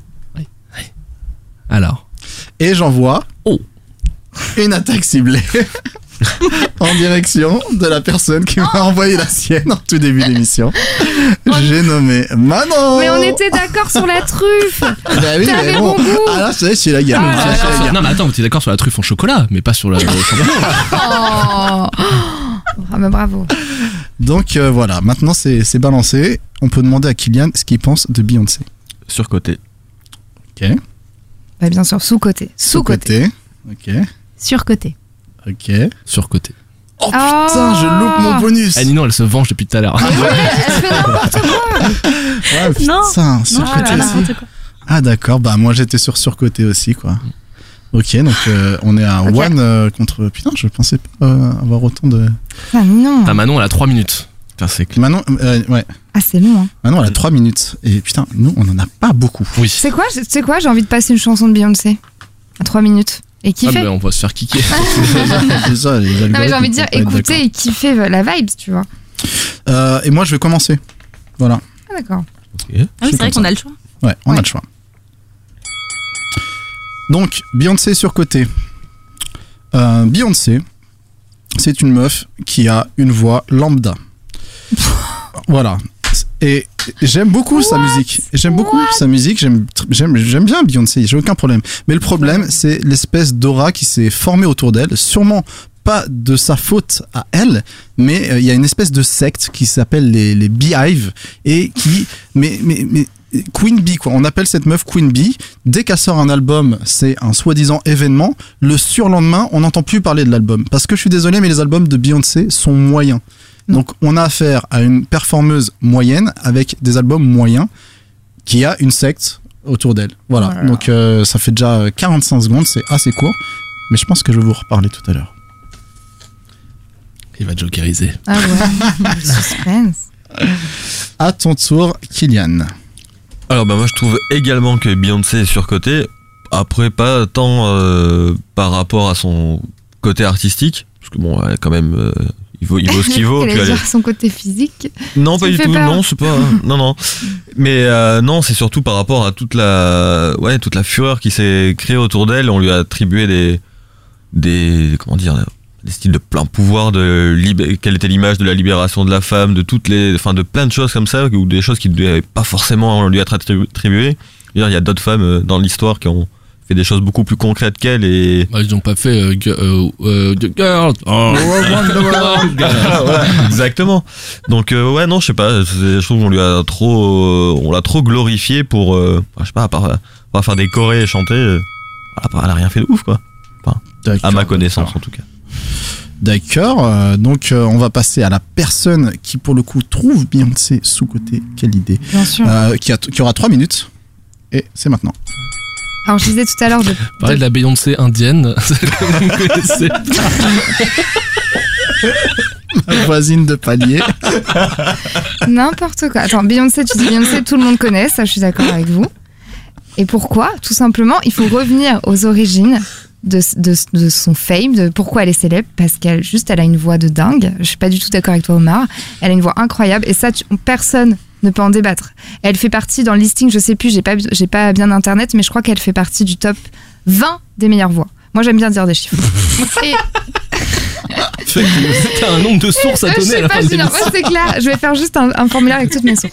Alors. Et j'envoie Oh. une attaque ciblée en direction de la personne qui m'a envoyé la sienne en tout début d'émission. J'ai nommé Manon. Mais on était d'accord sur la truffe. Bah oui, T'avais mais bon goût. Ah là, c'est c'est la guerre. Ah, Là, là, c'est la là. guerre. Non mais attends, vous êtes d'accord sur la truffe en chocolat, mais pas sur le le champignon. Oh. Ah bah bravo. Donc euh, voilà, maintenant c'est c'est balancé. On peut demander à Kylian ce qu'il pense de Beyoncé. Surcoté. Ok. Bah bien sûr, sous-côté. Sous-côté. Ok. Surcoté. Ok. Surcoté. Oh putain, je loupe mon bonus. Eh Ninon, elle se venge depuis tout à l'heure. Elle fait n'importe quoi. Ouais, putain, Non. surcoté Ah là là. aussi. N'importe quoi. Ah d'accord, bah moi j'étais sur surcoté aussi quoi. Ok, donc euh, on est à Ok. one euh, contre... Putain, je pensais pas euh, avoir autant de... Ah non. T'as Manon, elle a trois minutes. Putain, c'est clair. Manon, euh, ouais, Ah c'est long. Hein. Manon elle a trois minutes. Et putain, nous on en a pas beaucoup. Oui. C'est quoi, je- c'est quoi J'ai envie de passer une chanson de Beyoncé à trois minutes et Ah, kiffer. mais on va se faire kicker. C'est ça, les non mais j'ai algorithmes, envie de dire ils vont pas être écouter et kiffer la vibes, tu vois. d'accord. Euh, et moi je vais commencer. Voilà. Ah d'accord. Ah oui, c'est vrai comme qu'on a le choix. Ouais, on a Ouais. le choix. Donc, Beyoncé surcoté. Euh, Beyoncé, c'est une meuf qui a une voix lambda. Voilà. Et j'aime beaucoup sa musique. J'aime beaucoup sa musique. J'aime, j'aime, j'aime bien Beyoncé. J'ai aucun problème. Mais le problème, c'est l'espèce d'aura qui s'est formée autour d'elle. Sûrement pas de sa faute à elle, mais euh, il y a une espèce de secte qui s'appelle les, les Beehive et qui, mais, mais, mais Queen Bee quoi. On appelle cette meuf Queen Bee. Dès qu'elle sort un album, c'est un soi-disant événement. Le surlendemain, on n'entend plus parler de l'album. Parce que je suis désolé, mais les albums de Beyoncé sont moyens. Donc on a affaire à une performeuse moyenne avec des albums moyens qui a une secte autour d'elle. Voilà. Voilà. Donc euh, ça fait déjà quarante-cinq secondes, c'est assez court. Mais je pense que je vais vous reparler tout à l'heure. Il va jokeriser. Ah ouais. Le suspense. À ton tour, Kylian. Alors bah moi je trouve également que Beyoncé est surcotée. Après pas tant euh, par rapport à son côté artistique, parce que bon elle, quand même euh, il vaut il vaut ce qu'il vaut. Elle puis elle est- dire son côté physique. Non Ça pas me du fait tout, peur. non c'est pas non non. Mais euh, non c'est surtout par rapport à toute la ouais toute la fureur qui s'est créée autour d'elle. On lui a attribué des des comment dire des styles de plein pouvoir, de libé- quelle était l'image de la libération de la femme, de toutes les, enfin de plein de choses comme ça, ou des choses qui ne devaient pas forcément lui être attribu- attribuées. Je veux dire, il y a d'autres femmes euh, dans l'histoire qui ont fait des choses beaucoup plus concrètes qu'elle et Bah, ils ont pas fait euh, gu- euh, euh, The Girl. Oh. voilà, exactement. Donc euh, ouais non je sais pas, c'est- je trouve qu'on lui a trop, euh, on l'a trop glorifié pour, euh, je sais pas, à part, à part faire des chorés et chanter, euh, elle a rien fait de ouf quoi. À ma connaissance d'accord. en tout cas. D'accord, euh, donc euh, on va passer à la personne qui pour le coup trouve Beyoncé sous-côté. Quelle idée. Bien sûr. Euh, qui, a, qui aura trois minutes. Et c'est maintenant. Alors je disais tout à l'heure, de, Pareil de la Beyoncé indienne. Comme vous connaissez. Ma voisine de palier. n'importe quoi. Attends, Beyoncé, tu dis Beyoncé, tout le monde connaît, ça je suis d'accord avec vous. Et pourquoi ? Tout simplement, il faut revenir aux origines de, de, de son fame, de pourquoi elle est célèbre, parce qu'elle juste elle a une voix de dingue. Je suis pas du tout d'accord avec toi Omar. Elle a une voix incroyable et ça tu- personne ne peut en débattre. Elle fait partie dans le listing, je sais plus, j'ai pas j'ai pas bien internet, mais je crois qu'elle fait partie du top vingt des meilleures voix. Moi j'aime bien dire des chiffres. Et T'as un nombre de sources à je donner à sais la pas, fin je de dis non, l'émission. moi, c'est clair. Je vais faire juste un, un formulaire avec toutes mes sources.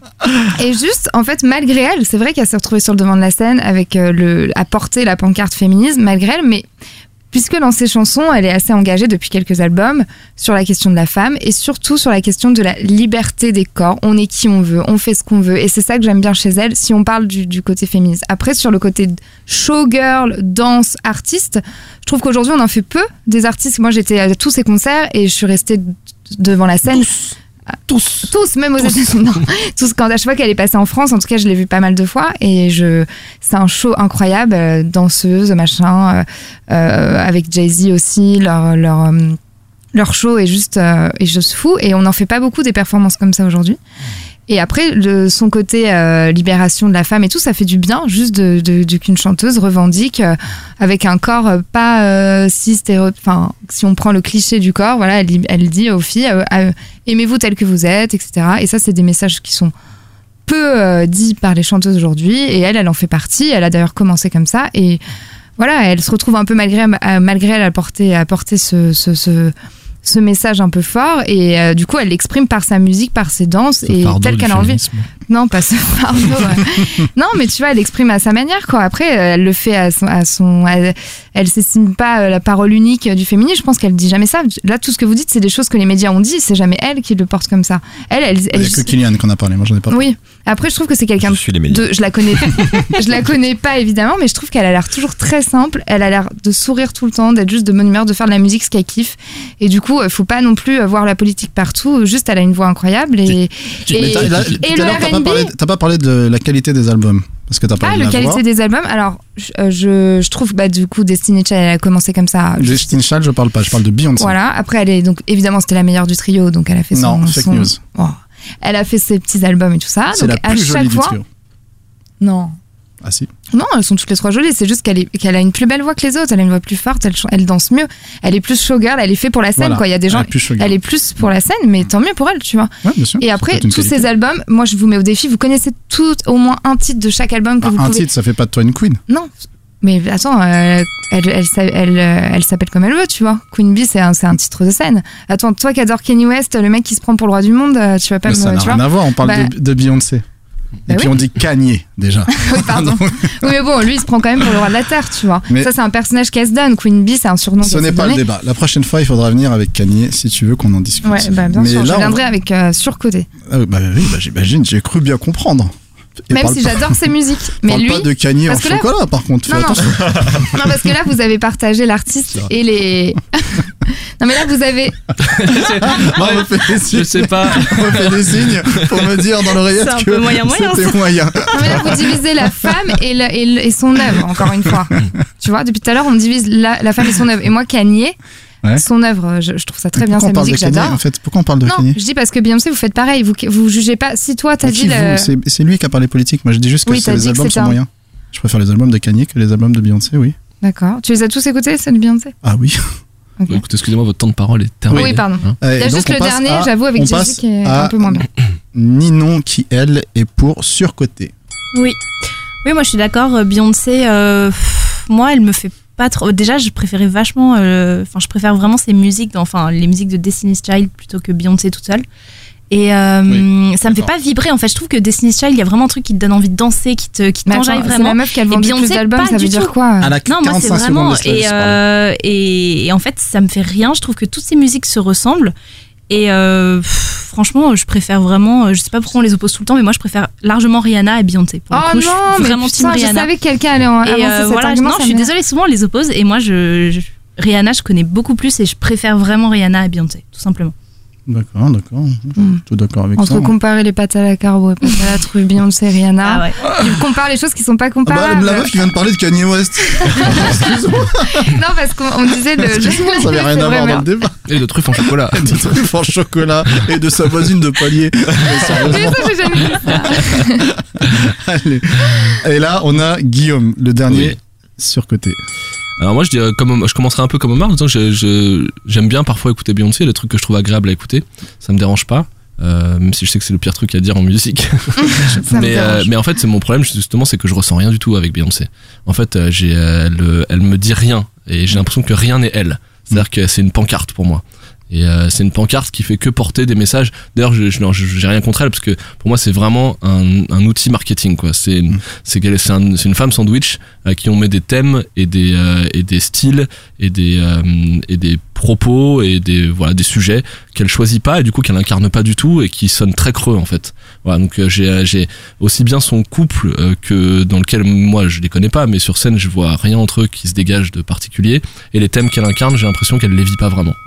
Et juste, en fait, malgré elle, c'est vrai qu'elle s'est retrouvée sur le devant de la scène avec euh, le, à porter la pancarte féminisme, malgré elle, mais puisque dans ses chansons, elle est assez engagée depuis quelques albums sur la question de la femme et surtout sur la question de la liberté des corps. On est qui on veut, on fait ce qu'on veut. Et c'est ça que j'aime bien chez elle, si on parle du, du côté féministe. Après, sur le côté showgirl, danse, artiste, je trouve qu'aujourd'hui, on en fait peu des artistes. Moi, j'étais à tous ces concerts et je suis restée devant la scène. Tous. Tous, même aux États-Unis. Non, tous, quand à chaque fois qu'elle est passée en France, en tout cas, je l'ai vue pas mal de fois et je, c'est un show incroyable, euh, danseuse, machin, euh, euh, avec Jay-Z aussi, leur, leur, euh, leur show est juste, euh, est juste fou et on n'en fait pas beaucoup des performances comme ça aujourd'hui. Et après, le, son côté euh, libération de la femme et tout, ça fait du bien, juste de, de, de qu'une chanteuse revendique euh, avec un corps euh, pas euh, si stéréo... Enfin, si on prend le cliché du corps, voilà, elle, elle dit aux filles, euh, euh, aimez-vous tel que vous êtes, et cetera. Et ça, c'est des messages qui sont peu euh, dits par les chanteuses aujourd'hui. Et elle, elle en fait partie. Elle a d'ailleurs commencé comme ça. Et voilà, elle se retrouve un peu malgré, euh, malgré elle à porter, à porter ce... ce, ce ce message un peu fort et euh, du coup elle l'exprime par sa musique, par ses danses Ce et fardeau tel du qu'elle a envie. féminisme. Non, pas ce fardeau. ouais. Non, mais tu vois, elle l'exprime à sa manière quoi. Après, elle le fait à son, à son elle, elle s'estime pas euh, la parole unique du féminisme. Je pense qu'elle dit jamais ça. Là, tout ce que vous dites, c'est des choses que les médias ont dit. C'est jamais elle qui le porte comme ça. Elle, elle, Il elle. n'y a que Kylian qu'on a parlé, moi j'en ai pas. Oui. Après, je trouve que c'est quelqu'un Je suis les médias. de, je la connais, je la connais pas évidemment, mais je trouve qu'elle a l'air toujours très simple. Elle a l'air de sourire tout le temps, d'être juste de bonne humeur, de faire de la musique ce qu'elle kiffe. Et du coup, faut pas non plus voir la politique partout. Juste, elle a une voix incroyable et, Mais et, t'as- là, et tout à le l'heure, t'as pas R and B. parlé, t'as pas parlé de la qualité des albums. Parce que t'as Ah, parlé de la la qualité voix. des albums. Alors, je, euh, je, je trouve, bah, du coup, Destiny Child, elle a commencé comme ça. Je- Destiny Child, je parle pas, je parle de Beyoncé. Voilà. Après, elle est donc évidemment, c'était la meilleure du trio, donc elle a fait son. Non, fake son- news. Oh. Elle a fait ses petits albums et tout ça. C'est donc la à plus chaque jolie du fois. trio. Non. Ah si. Non, elles sont toutes les trois jolies. C'est juste qu'elle est, qu'elle a une plus belle voix que les autres. Elle a une voix plus forte. Elle, ch- elle danse mieux. Elle est plus showgirl. Elle est faite pour la scène. Voilà. Quoi. Il y a des gens. Elle est plus showgirl. Elle est plus pour la scène, mais tant mieux pour elle, tu vois. Ouais, bien sûr. Et C'est après, peut-être une tous qualité. ces albums, moi, je vous mets au défi. Vous connaissez tout, au moins un titre de chaque album que Ah, vous un pouvez. titre, ça fait pas de toi une queen. Non. Mais attends, euh, elle, elle, s'a- elle, euh, elle s'appelle comme elle veut, tu vois. Queen Bee, c'est un, c'est un titre de scène. Attends, toi qui adores Kanye West, le mec qui se prend pour le roi du monde, euh, tu vas pas Mais me. ça n'a tu vois rien à voir, on parle Bah- de, de Beyoncé. Bah Et puis oui. on dit Kanye, déjà. Oui, pardon. Oui, mais bon, lui, il se prend quand même pour le roi de la terre, tu vois. Mais- Ça, c'est un personnage qu'elle se donne. Queen Bee, c'est un surnom Ce qu'elle n'est s'est pas le donné. débat. La prochaine fois, il faudra venir avec Kanye si tu veux qu'on en discute. Ouais, bah, bien Mais sûr, je là, on- viendrai avec euh, surcoté. Ah, bah oui, bah, j'imagine, j'ai cru bien comprendre. Et Même parle si pas- j'adore ses musiques. Mais parle lui. pas de Kanye en parce que là- chocolat, par contre. Fais Non, non. attention. Non, parce que là, vous avez partagé l'artiste C'est vrai. et les. Non, mais là, vous avez. Non, on me fait des Je signes, sais pas. on me fait des signes pour me dire dans l'oreillette C'est un que peu moyen, moyen, c'était moyen. Non, mais là, vous divisez la femme et, le- et, le- et son œuvre, encore une fois. Tu vois, depuis tout à l'heure, on divise la, la femme et son œuvre. Et moi, Kanye, Ouais. son œuvre, je, je trouve ça très bien, Pourquoi sa on parle musique, de Kanye, j'adore. en fait Pourquoi on parle de Non, Kanye je dis parce que Beyoncé, vous faites pareil. Vous, vous jugez pas. Si toi, t'as Mais dit. qui, le- vous C'est c'est lui qui a parlé politique. Moi, je dis juste que Oui, c'est t'as les dit que albums c'était sont un- moyens. Je préfère les albums de Kanye que les albums de Beyoncé, oui. D'accord. Tu les as tous écoutés, ceux de Beyoncé? Ah oui. Ok. Bon, écoutez, excusez-moi, votre temps de parole est terminé. Oui, pardon. Hein. Euh, Il y a et donc, juste on le passe dernier, à- j'avoue, avec on Jay-Z passe qui est à un peu moins bien. Ninon, qui elle est pour surcoté. Oui. Oui, moi je suis d'accord. euh, Beyoncé, euh, pff, moi elle me fait pas trop. Déjà, je préférais vachement. euh, Enfin, je préfère vraiment ses musiques, dans- enfin les musiques de Destiny's Child plutôt que Beyoncé toute seule. Et euh, Oui, ça me fait d'accord. pas vibrer en fait. Je trouve que Destiny's Child, il y a vraiment un truc qui te donne envie de danser, qui te, qui Mais t'enjaille attends, c'est vraiment. la meuf qui a Et vendu le plus Beyoncé, d'albums, pas ça veut du dire tout. quoi? À la Non, moi c'est quarante-cinq vraiment secondes de et, Slavis, euh, et et en fait ça me fait rien. Je trouve que toutes ces musiques se ressemblent et euh, pff, franchement je préfère vraiment. Je sais pas pourquoi on les oppose tout le temps, mais moi je préfère largement Rihanna à Beyoncé. Pour le Oh coup, je non, suis mais vraiment team putain, je Rihanna. savais que quelqu'un allait en Et avancer euh, cet voilà, argument. non, ça je suis m'énerve. désolée, souvent on les oppose et moi je, je Rihanna je connais beaucoup plus et je préfère vraiment Rihanna à Beyoncé, tout simplement. D'accord, d'accord. Hmm. Tout d'accord avec Entre ça. comparer les pâtes à la carbo et pâtes à la truffe, Beyoncé, Rihanna. Ah ouais. Tu compares les choses qui sont pas Ah bah, comparables. la meuf qui vient de parler de Kanye West. Excuse-moi, Non, parce qu'on on disait le. excuse-moi, ça avait rien C'est à vrai, voir dans merde. le débat. Et de truffes en chocolat. Des trucs en chocolat et de sa voisine de palier. Mais Mais sérieusement. ça, j'ai jamais dit ça. Allez. Et là, on a Guillaume, le dernier Oui. surcoté. Alors moi je dirais comme je commencerai un peu comme Omar en disant que je, je- j'aime bien parfois écouter Beyoncé, les trucs que je trouve agréables à écouter, ça me dérange pas. Euh, même si je sais que c'est le pire truc à dire en musique. Ça me mais, euh, dérange. mais en fait c'est mon problème justement, c'est que je ressens rien du tout avec Beyoncé. En fait euh, j'ai, euh, elle, elle me dit rien et j'ai l'impression que rien n'est elle. C'est-à-dire que c'est une pancarte pour moi. Et euh, c'est une pancarte qui fait que porter des messages. D'ailleurs, je, je, je- j'ai rien contre elle parce que pour moi c'est vraiment un, un outil marketing quoi. C'est une, c'est, qu'elle- c'est, un- c'est une femme sandwich à qui on met des thèmes et des euh, et des styles et des euh, et des propos et des voilà des sujets qu'elle choisit pas et du coup qu'elle incarne pas du tout et qui sonnent très creux en fait. Voilà, donc euh, j'ai j'ai aussi bien son couple euh, que dans lequel moi je les connais pas, mais sur scène je vois rien entre eux qui se dégage de particulier, et les thèmes qu'elle incarne j'ai l'impression qu'elle les vit pas vraiment.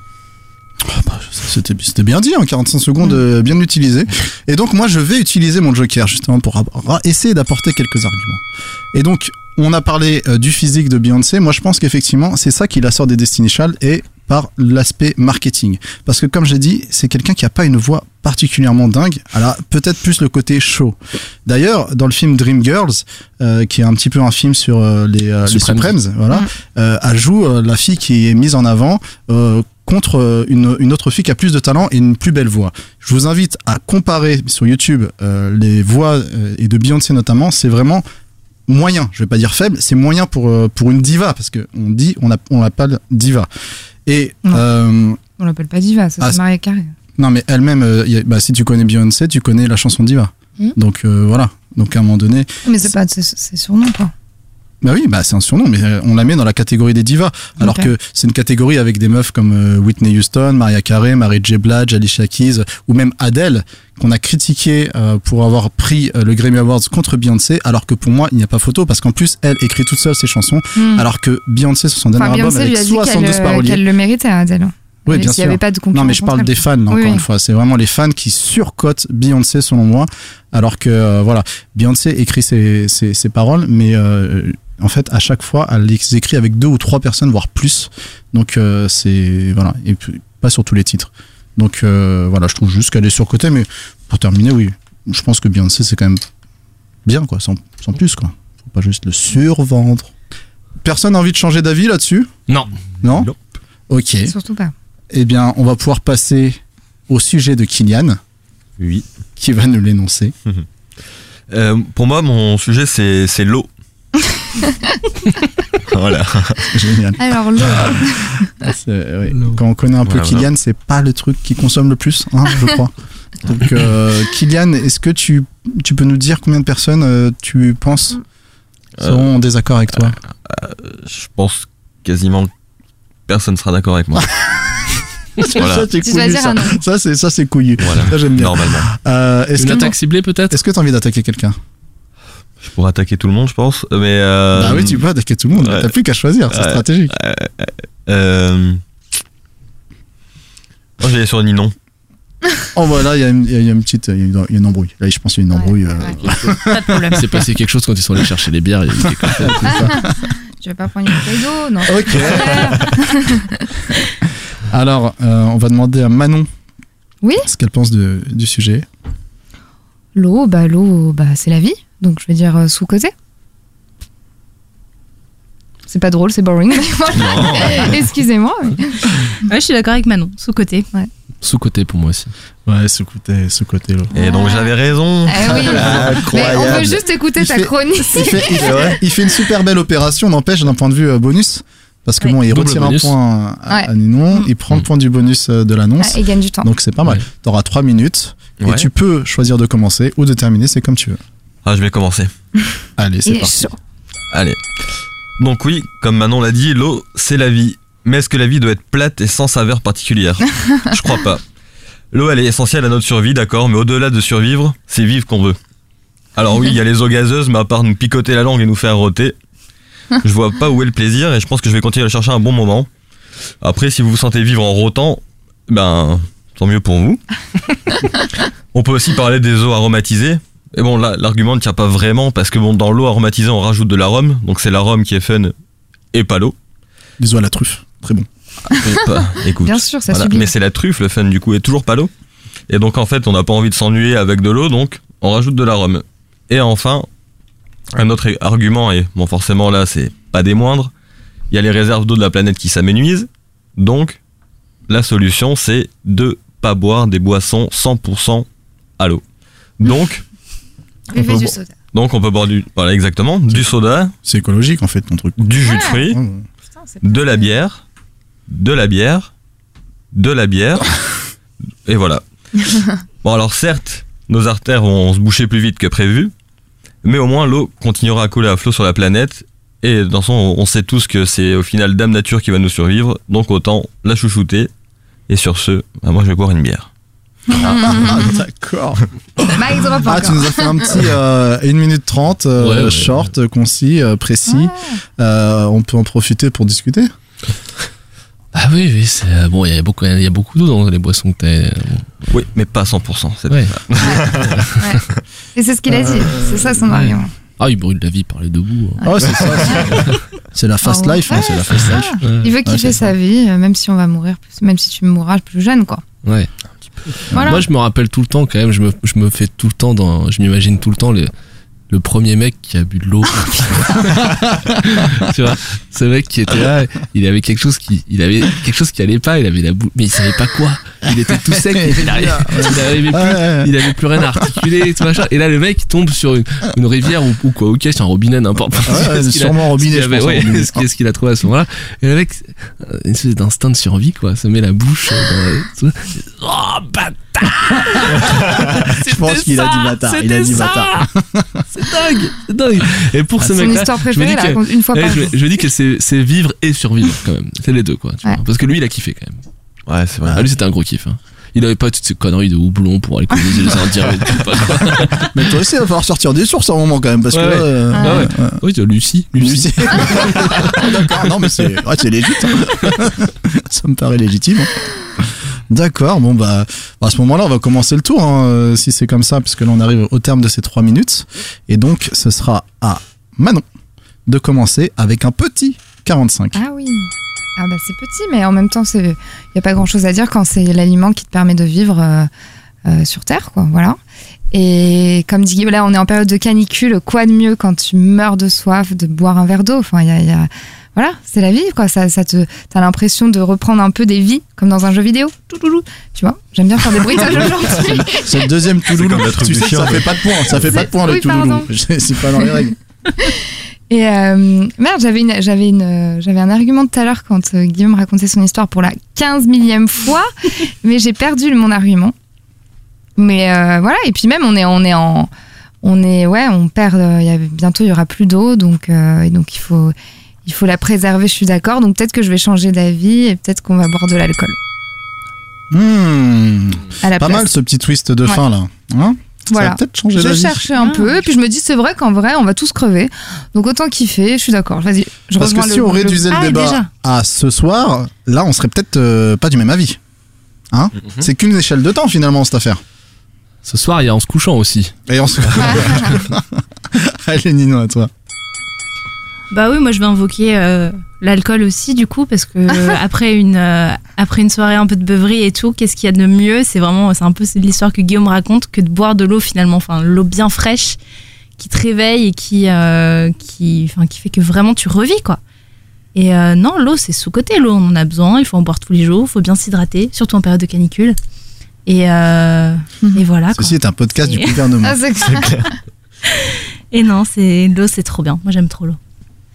Ah bah, C'était, c'était bien dit, hein, quarante-cinq secondes euh, bien utilisées. Et donc moi je vais utiliser mon joker justement pour ab- ra- essayer d'apporter quelques arguments. Et donc on a parlé euh, du physique de Beyoncé. Moi je pense qu'effectivement c'est ça qui la sort des Destiny's Child, et par l'aspect marketing. Parce que comme j'ai dit, c'est quelqu'un qui a pas une voix particulièrement dingue. Alors peut-être plus le côté show. D'ailleurs dans le film Dreamgirls, euh, qui est un petit peu un film sur euh, les, euh, les Supremes. Supremes, voilà, Mm. euh, elle joue euh, la fille qui est mise en avant. Euh, contre euh, une, une autre fille qui a plus de talent et une plus belle voix. Je vous invite à comparer sur YouTube euh, les voix euh, et de Beyoncé notamment. C'est vraiment moyen, je vais pas dire faible, c'est moyen pour euh, pour une diva, parce que on dit on a, on l'appelle diva. Et Non. euh, On l'appelle pas Diva, ça Ah, c'est c'est- Mariah Carey. non mais elle-même, euh, y a- bah, si tu connais Beyoncé, tu connais la chanson diva. Mm. Donc euh, voilà. Donc à un moment donné, Mais c'est pas c'est c'est surnom quoi. bah oui, bah c'est un surnom, mais euh, on la met dans la catégorie des divas. Alors Ok. que c'est une catégorie avec des meufs comme euh, Whitney Houston, Mariah Carey, Mary J. Blige, Alicia Keys, ou même Adele, qu'on a critiqué euh, pour avoir pris euh, le Grammy Awards contre Beyoncé, alors que pour moi, il n'y a pas photo, parce qu'en plus, elle écrit toute seule ses chansons, Hmm. alors que Beyoncé, sur son dernier Enfin, album, Beyoncé lui avec a dit qu'elle soixante-douze euh, paroliers. qu'elle le méritait, Adèle. Oui, Et bien s'il y sûr. avait pas de Non, mais je concurrence parle entre des elles. fans, là, Oui, encore oui. une fois. C'est vraiment les fans qui surcotent Beyoncé, selon moi. Alors que, euh, voilà, Beyoncé écrit ses, ses, ses paroles, mais euh, en fait, à chaque fois, elle les écrit avec deux ou trois personnes, voire plus. Donc, euh, c'est. Voilà. Et puis, pas sur tous les titres. Donc, euh, voilà, je trouve juste qu'elle est surcotée. Mais pour terminer, oui, je pense que Beyoncé, c'est quand même bien, quoi, sans, sans plus, quoi. Faut pas juste le survendre. Personne n'a envie de changer d'avis là-dessus? Non. Non? Non. Ok. Surtout pas. Eh bien, on va pouvoir passer au sujet de Kylian, Oui. qui va nous l'énoncer. Euh, pour moi, mon sujet, c'est, c'est l'eau. Voilà. Génial. Alors, l'eau. Ah, c'est- ouais. L'eau. Quand on connaît un peu Voilà, Kylian, c'est pas le truc qui consomme le plus, hein, je crois. Donc, euh, Kylian, est-ce que tu, tu peux nous dire combien de personnes euh, tu penses seront en désaccord avec toi? Je pense quasiment que personne sera d'accord avec moi. Voilà. Ça, c'est Tu dois couillu, dire ça. un nom. Ça, c'est, ça, c'est couillu. Voilà. Ça, j'aime bien. Normalement. Euh, est-ce Une que attaque ciblée peut-être. est-ce que tu as envie d'attaquer quelqu'un? Je pourrais attaquer tout le monde, je pense. Mais. Euh, Bah oui, tu peux attaquer tout le monde. ouais. T'as plus qu'à choisir, c'est Ouais. stratégique. Euh... Moi, j'allais sur Ninon. Oh voilà, il y, a une- il y a une petite, il y a une, il y a une embrouille. Là, je pense qu'il y a une embrouille. euh, Ouais. Pas de problème. Il s'est passé quelque chose quand ils sont allés chercher les bières. Il y a eu quelque chose. Tu veux pas prendre une bouteille d'eau? Non. Ok. Alors, euh, on va demander à Manon. Oui. Ce qu'elle pense de, du sujet. L'eau, bah l'eau, bah c'est la vie. Donc je vais dire euh, sous-côté. C'est pas drôle, c'est boring. mais voilà. Excusez-moi. mais- Ouais, je suis d'accord avec Manon, sous-côté. Sous-côté pour moi aussi. Ouais, ce côté, ce côté là. Et donc, j'avais raison. Ah oui. Mais on veut juste écouter Il ta fait- chronique. Il fait, il, fait, il fait une super belle opération, n'empêche d'un point de vue euh, bonus, Parce que Ouais. bon, il Double retire bonus. un point à, Ouais. à Ninon, Mm. il prend le Mm. point du bonus euh, de l'annonce. Ah, et gagne du temps. Donc c'est pas mal. Ouais. T'auras trois minutes Ouais. et tu peux choisir de commencer ou de terminer, c'est comme tu veux. Ah, je vais commencer. Allez, c'est Il est parti. chaud. Allez. Donc oui, comme Manon l'a dit, l'eau, c'est la vie. Mais est-ce que la vie doit être plate et sans saveur particulière? Je crois pas. L'eau, elle est essentielle à notre survie, d'accord, mais au-delà de survivre, c'est vivre qu'on veut. Alors oui, il y a les eaux gazeuses, mais à part nous picoter la langue et nous faire rôter, je vois pas où est le plaisir et je pense que je vais continuer à chercher un bon moment. Après, si vous vous sentez vivre en rôtant, ben, tant mieux pour vous. On peut aussi parler des eaux aromatisées. Et bon, là, l'argument ne tient pas vraiment parce que bon, dans l'eau aromatisée, on rajoute de l'arôme, donc c'est l'arôme qui est fun et pas l'eau. Des œufs à la truffe, très bon. Et pas- écoute, Bien sûr, ça voilà. sublime. Mais c'est la truffe, le fun du coup, et toujours pas l'eau. Et donc en fait, on n'a pas envie de s'ennuyer avec de l'eau, donc on rajoute de l'arôme. Et enfin, un autre argument, et bon forcément là, c'est pas des moindres, il y a les réserves d'eau de la planète qui s'amenuisent, donc la solution c'est de pas boire des boissons cent pour cent à l'eau. Donc, Buvez peut du bo- soda. donc on peut boire du, voilà exactement, du soda, C'est écologique en fait ton truc. du jus de Ouais. fruits, Mmh. Putain, c'est de la bière, de la bière, de la bière, et voilà. Bon alors certes, nos artères vont se boucher plus vite que prévu, mais au moins l'eau continuera à couler à flot sur la planète, et dans son, on sait tous que c'est au final Dame Nature qui va nous survivre, donc autant la chouchouter, et sur ce, bah, moi je vais boire une bière. Ah, d'accord. Mic drop Ah, tu encore. nous as fait un petit euh, une minute trente, euh, Ouais, ouais, short, euh, concis, euh, précis. Euh, on peut en profiter pour discuter. Ah oui, oui, c'est euh, bon. Il y a beaucoup, il y a beaucoup d'eau dans les boissons que t'as. Oui, mais pas cent pour cent. C'est Ouais. Et c'est ce qu'il a dit. C'est ça son Ouais. argument. Ah, il brûle la vie par les deux bouts. hein. Oh, c'est ça. c'est- C'est la fast Ah ouais. life, hein, c'est la fast Ouais, life. c'est ça. Ouais. Il veut kiffer c'est sa vie, euh, même si on va mourir, plus- même si tu mourras plus jeune, quoi. Ouais. Voilà. Moi, je me rappelle tout le temps quand même. Je me, je me fais tout le temps dans. Je m'imagine tout le temps le, le premier mec qui a bu de l'eau. Tu vois, ce mec qui était là, il avait quelque chose qui, il avait quelque chose qui allait pas. Il avait la boule, mais il savait pas quoi. Il était tout sec. Il arrivait, il arrivait plus. Ouais, ouais. Il avait plus rien à articuler et tout machin. Et là, le mec tombe sur une, une rivière ou, ou quoi, ok, c'est un robinet, n'importe. Ah ouais, Ce qu'il a- sûrement un robinet, ce qu'il je avait- pense, un ouais, robinet. ce qu'il- ce qu'il a trouvé à ce moment-là. Et le mec, euh, une espèce d'instinct de survie, quoi, se met la bouche dans la- Oh, bâtard! Je pense qu'il a dit bâtard. Il a C'était dit ça. bâtard. C'est dingue, c'est dingue. Et pour ce Son mec-là, histoire je me préférée, dis la que- raconte une fois ouais, par je, jour. me- je me dis que c'est, c'est vivre et survivre quand même. C'est les deux, quoi. Tu Ouais. vois. Parce que lui, il a kiffé quand même. Ouais, c'est vrai. Ah, lui, c'était un gros kiff. Hein. Il avait pas toutes ces conneries de houblon pour aller coloniser les Indiens. et tout, pas quoi. Mais toi aussi, il va falloir sortir des sources à un moment quand même, parce que Ouais, là, euh, Ah ouais. ouais, ouais. Oui, c'est Lucie. Lucie. Lucie. D'accord, non, mais c'est ouais, c'est légitime. Ça me paraît légitime. D'accord, bon, bah, à ce moment-là, on va commencer le tour, hein, euh, si c'est comme ça, puisque là, on arrive au terme de ces trois minutes. Et donc, ce sera à Manon de commencer avec un petit quarante-cinq. Ah oui. Ah bah c'est petit, mais en même temps, il n'y a pas grand-chose à dire quand c'est l'aliment qui te permet de vivre euh, euh, sur Terre, quoi. Voilà. Et comme dit Guillaume, là, on est en période de canicule. Quoi de mieux quand tu meurs de soif de boire un verre d'eau? Enfin, il y a, il y a- voilà, c'est la vie, quoi. Ça, ça te, t'as l'impression de reprendre un peu des vies, comme dans un jeu vidéo. Toutoulou. Tu vois, j'aime bien faire des bruitages aujourd'hui. C'est le deuxième touloulou. comme la truc Tu du sais que chien, ça fait pas de points, ça fait pas de points le Oui, touloulou. pardon. C'est pas dans les règles. Et euh, merde, j'avais une, j'avais une, euh, j'avais un argument tout à l'heure quand euh, Guillaume racontait son histoire pour la quinze millième fois, mais j'ai perdu mon argument. Mais euh, voilà, et puis même on est, on est en, on est, ouais, on perd. euh, il y a, bientôt il y aura plus d'eau, donc, euh, et donc il faut, il faut la préserver. Je suis d'accord. Donc peut-être que je vais changer d'avis et peut-être qu'on va boire de l'alcool Hmm, à la pas place. mal ce petit twist de Ouais. fin là. Hein, ça Voilà. va peut-être changer Je la vie. cherchais un Ah. peu, et puis je me dis c'est vrai qu'en vrai on va tous crever, donc autant kiffer. Je suis d'accord. Vas-y. Je Parce que rejoins si le- on le- réduisait le Ah, débat déjà. à ce soir, là, on serait peut-être euh, pas du même avis. Hein C'est qu'une échelle de temps finalement cette affaire. Ce soir, il y a en se couchant aussi. Et on se... Allez Nino, à toi. Bah oui, moi je vais invoquer euh, l'alcool aussi du coup parce que euh, après une euh, après une soirée un peu de beuverie et tout, qu'est-ce qu'il y a de mieux? C'est vraiment c'est un peu c'est l'histoire que Guillaume raconte que de boire de l'eau finalement, enfin l'eau bien fraîche qui te réveille et qui euh, qui enfin qui fait que vraiment tu revis quoi. Et euh, non, l'eau c'est sous-côté, l'eau on en a besoin, il faut en boire tous les jours, il faut bien s'hydrater, surtout en période de canicule. Et euh, et voilà quoi. Ceci est un podcast du Et- gouvernement. Ah, c'est clair. Et non, c'est l'eau c'est trop bien. Moi j'aime trop l'eau.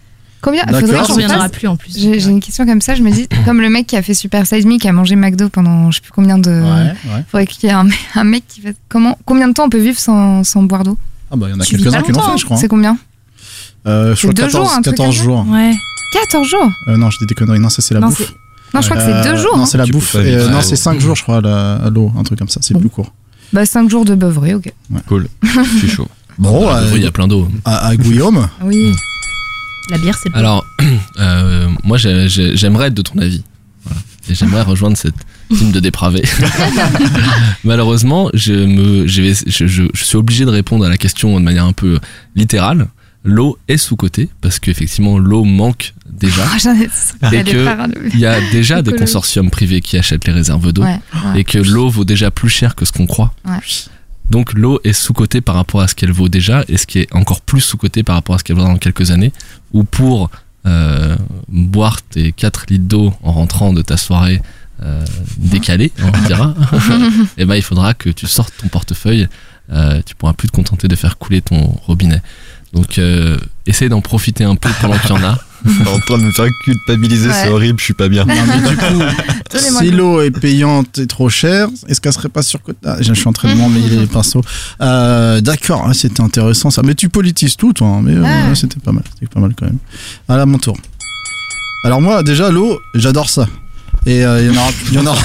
Combien D'accord. faudrait Il qu'on n'y en fasse- aura plus en plus. J'ai j'ai une question comme ça, je me dis, comme le mec qui a fait Super Size Me, qui a mangé McDo pendant je sais plus combien de. Ouais, ouais. Faudrait qu'il y ait un, un mec qui fasse. Comment, combien de temps on peut vivre sans, sans boire d'eau? Ah bah il y en a Tu vis quelques-uns pas qui l'ont longtemps, fait, je crois. C'est combien? Euh, je c'est crois deux jours, quatorze, un truc quatorze comme ça jours. Ouais. quatorze jours? Euh, non, je dis des conneries. Non, ça c'est la Non, bouffe. c'est- Non, je crois que c'est deux Euh, jours. Non, hein. c'est la Tu peux bouffe. pas Et, vivre euh, à non, l'eau. c'est cinq jours, je crois, à la- à l'eau, un truc comme ça. C'est Bon. plus court. Bah, cinq jours de beuvré, ok. Cool. Je suis chaud. Bon, Ah, euh, il y a plein d'eau. à, à Guillaume. Oui. La bière, c'est bon. Alors, euh, moi, j'ai- j'ai- j'aimerais être de ton avis. Voilà. Et j'aimerais rejoindre cette team de dépravés. Malheureusement, je, me, je, vais, je, je, je suis obligé de répondre à la question de manière un peu littérale. L'eau est sous-cotée parce qu'effectivement, l'eau manque déjà. Ah, j'en ai. Et Il y a des que frères, hein, le- il y a déjà des Écologie. consortiums privés qui achètent les réserves d'eau Ouais, ouais. et que l'eau vaut déjà plus cher que ce qu'on croit. Ouais. Donc l'eau est sous-cotée par rapport à ce qu'elle vaut déjà et ce qui est encore plus sous-coté par rapport à ce qu'elle vaut dans quelques années où pour euh, boire tes quatre litres d'eau en rentrant de ta soirée euh, décalée, on dira, et ben il faudra que tu sortes ton portefeuille, euh, tu pourras plus te contenter de faire couler ton robinet. Donc euh, essaye d'en profiter un peu pendant qu'il y en a. T'es en train de me faire culpabiliser, Ouais. c'est horrible, je suis pas bien. Non, mais du coup, Donnez-moi si le- l'eau est payante et trop chère, est-ce qu'elle serait pas surcotée? Ah, je suis en train de m'emmêler les pinceaux. Euh, D'accord, hein, c'était intéressant ça. Mais tu politises tout, toi. hein, Mais euh, Ah. ouais, c'était pas mal. C'était pas mal quand même. À la mon tour. Alors moi, déjà, l'eau, j'adore ça. Et euh, il y en aura, il y en aura,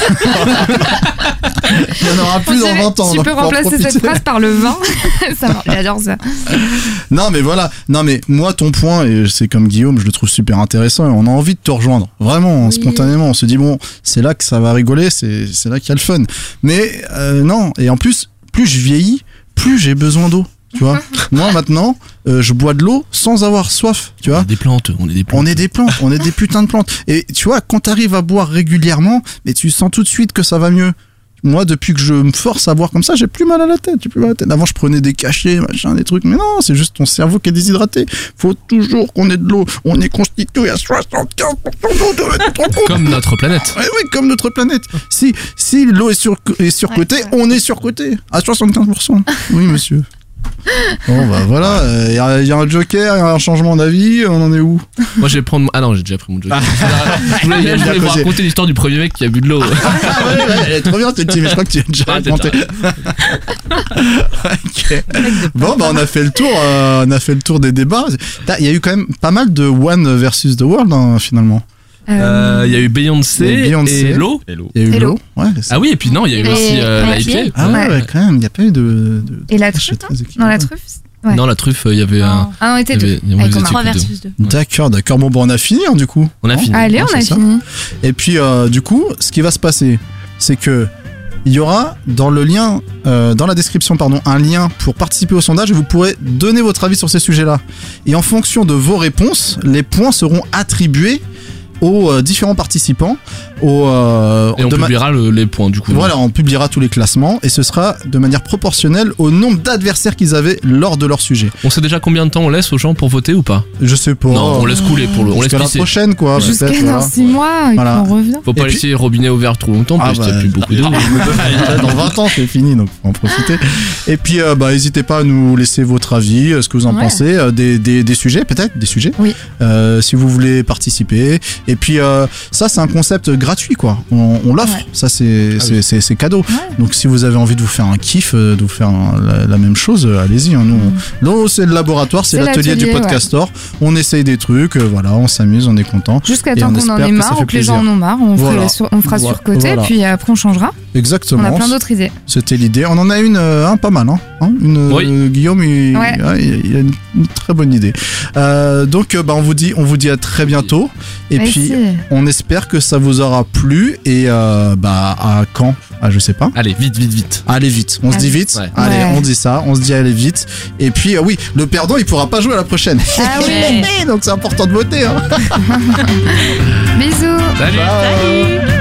il y en aura plus On dans dirait- vingt ans. on Tu va peux pouvoir remplacer profiter. cette phrase par le vin. Ça marche, j'adore ça. Non mais voilà, non mais moi ton point, et c'est comme Guillaume, je le trouve super intéressant et on a envie de te rejoindre, vraiment Oui. spontanément, on se dit bon, c'est là que ça va rigoler, c'est c'est là qu'il y a le fun. Mais euh, non, et en plus, plus je vieillis, plus j'ai besoin d'eau, tu vois. Moi maintenant, euh, je bois de l'eau sans avoir soif, tu On vois. est des plantes, on est des plantes. On est des plantes, on est des putains de plantes. Et tu vois, quand t'arrives à boire régulièrement, mais tu sens tout de suite que ça va mieux. Moi, depuis que je me force à boire comme ça, j'ai plus mal à la tête. J'ai plus mal à la tête. Avant, je prenais des cachets, machin, des trucs. Mais non, c'est juste ton cerveau qui est déshydraté. Faut toujours qu'on ait de l'eau. On est constitué à soixante-quinze pour cent d'eau de notre compte. Comme notre planète. Ouais, oui, comme notre planète. Si, si l'eau est, sur, est surcotée, Ouais, ouais. on est surcoté. À soixante-quinze pour cent. Oui, monsieur. Bon, bah voilà. Il y, a- y a un joker, il y a un changement d'avis. On en est où? Moi je vais prendre mon... Ah non, j'ai déjà pris mon joker. Je voulais, je voulais vous causé. raconter l'histoire du premier mec qui a bu de l'eau. Ah ouais, ouais, elle est trop bien, cette team. Je crois que tu as déjà Ah, t'es raconté. Ok. Bon, bah, on a fait le tour, euh, on a fait le tour des débats. T'as- Il y a eu quand même pas mal de One versus the World, hein, finalement. Euh, Il y a eu Beyoncé, Il y a eu Beyoncé. et l'eau. Hello. Il y a eu Hello. l'eau. Ouais, c'est- Ah oui, et puis non, il y a eu Et- aussi euh, et la la I P A. pied. Ah ouais, Ouais. ouais, quand même, il n'y a pas eu de. de- Et la de- truffe, très équilibré. Non, la truffe Ouais. Non, la truffe, il y avait un. Ah, on était il y deux. avait- il y avait- Avec vous Omar. étiez trois que deux. versus deux. D'accord, d'accord. Bon, bon, on a fini, hein, du coup. On a Hein fini. Allez, Ouais, on a c'est ça. fini. Et puis, euh, du coup, ce qui va se passer, c'est que il y aura dans le lien, euh, dans la description, pardon, un lien pour participer au sondage et vous pourrez donner votre avis sur ces sujets-là. Et en fonction de vos réponses, les points seront attribués aux euh, différents participants. Aux, euh, Et on de ma- publiera le- les points du coup. Voilà, on publiera tous les classements et ce sera de manière proportionnelle au nombre d'adversaires qu'ils avaient lors de leur sujet. On sait déjà combien de temps on laisse aux gens pour voter ou pas? Je sais pas. Non, on laisse couler pour le. On laisse Jusqu'à la pisser. prochaine, quoi. Jusqu'à peut-être, dans voilà. six mois, et Voilà. puis on revient. Faut pas Et puis- laisser le robinet ouvert trop longtemps Ah parce qu'il n'y a bah, plus beaucoup d'eau. Dans vingt ans, c'est fini, donc faut en profiter. Et puis, euh, bah, n'hésitez pas à nous laisser votre avis, euh, ce que vous en Ouais. pensez, euh, des, des, des sujets, peut-être, des sujets. Oui. Euh, si vous voulez participer. Et puis, euh, ça, c'est un concept gratuit, quoi. On, on l'offre. Ouais. Ça, c'est Ah c'est oui. c'est- c'est cadeau. Ouais. Donc, si vous avez envie de vous faire un kiff, euh, de vous faire un- la, la même chose, euh, allez-y. Hein, nous, on- nous, c'est le laboratoire, c'est C'est l'atelier du l'atelier, podcastor. On essaye des trucs, euh, voilà, on s'amuse, on est content. Jusqu'à Et temps on qu'on en espère ait que ça marre fait ou que les gens plaisir. en ont marre, on, fera Voilà. sur- on fera Voilà. sur côté, Voilà. puis après on changera. Exactement. On a plein d'autres idées. C'était l'idée. On en a une, euh, un pas mal, hein. Hein, une, Oui. euh, Guillaume, il, Ouais. ouais, il- il a une, une très bonne idée. Euh, donc, euh, bah, on vous dit, on vous dit à très bientôt. Et Merci. puis, on espère que ça vous aura plu. Et euh, bah, à quand Ah, je sais pas. Allez, vite, vite, vite. Allez vite. On se Allez. dit vite. Ouais. Allez, Ouais. on dit ça. On se dit allez vite. Et puis, euh, oui, le perdant, il pourra pas jouer à la prochaine. Ah oui. Donc, c'est important de voter. Hein. Bisous. Salut. Ciao. Salut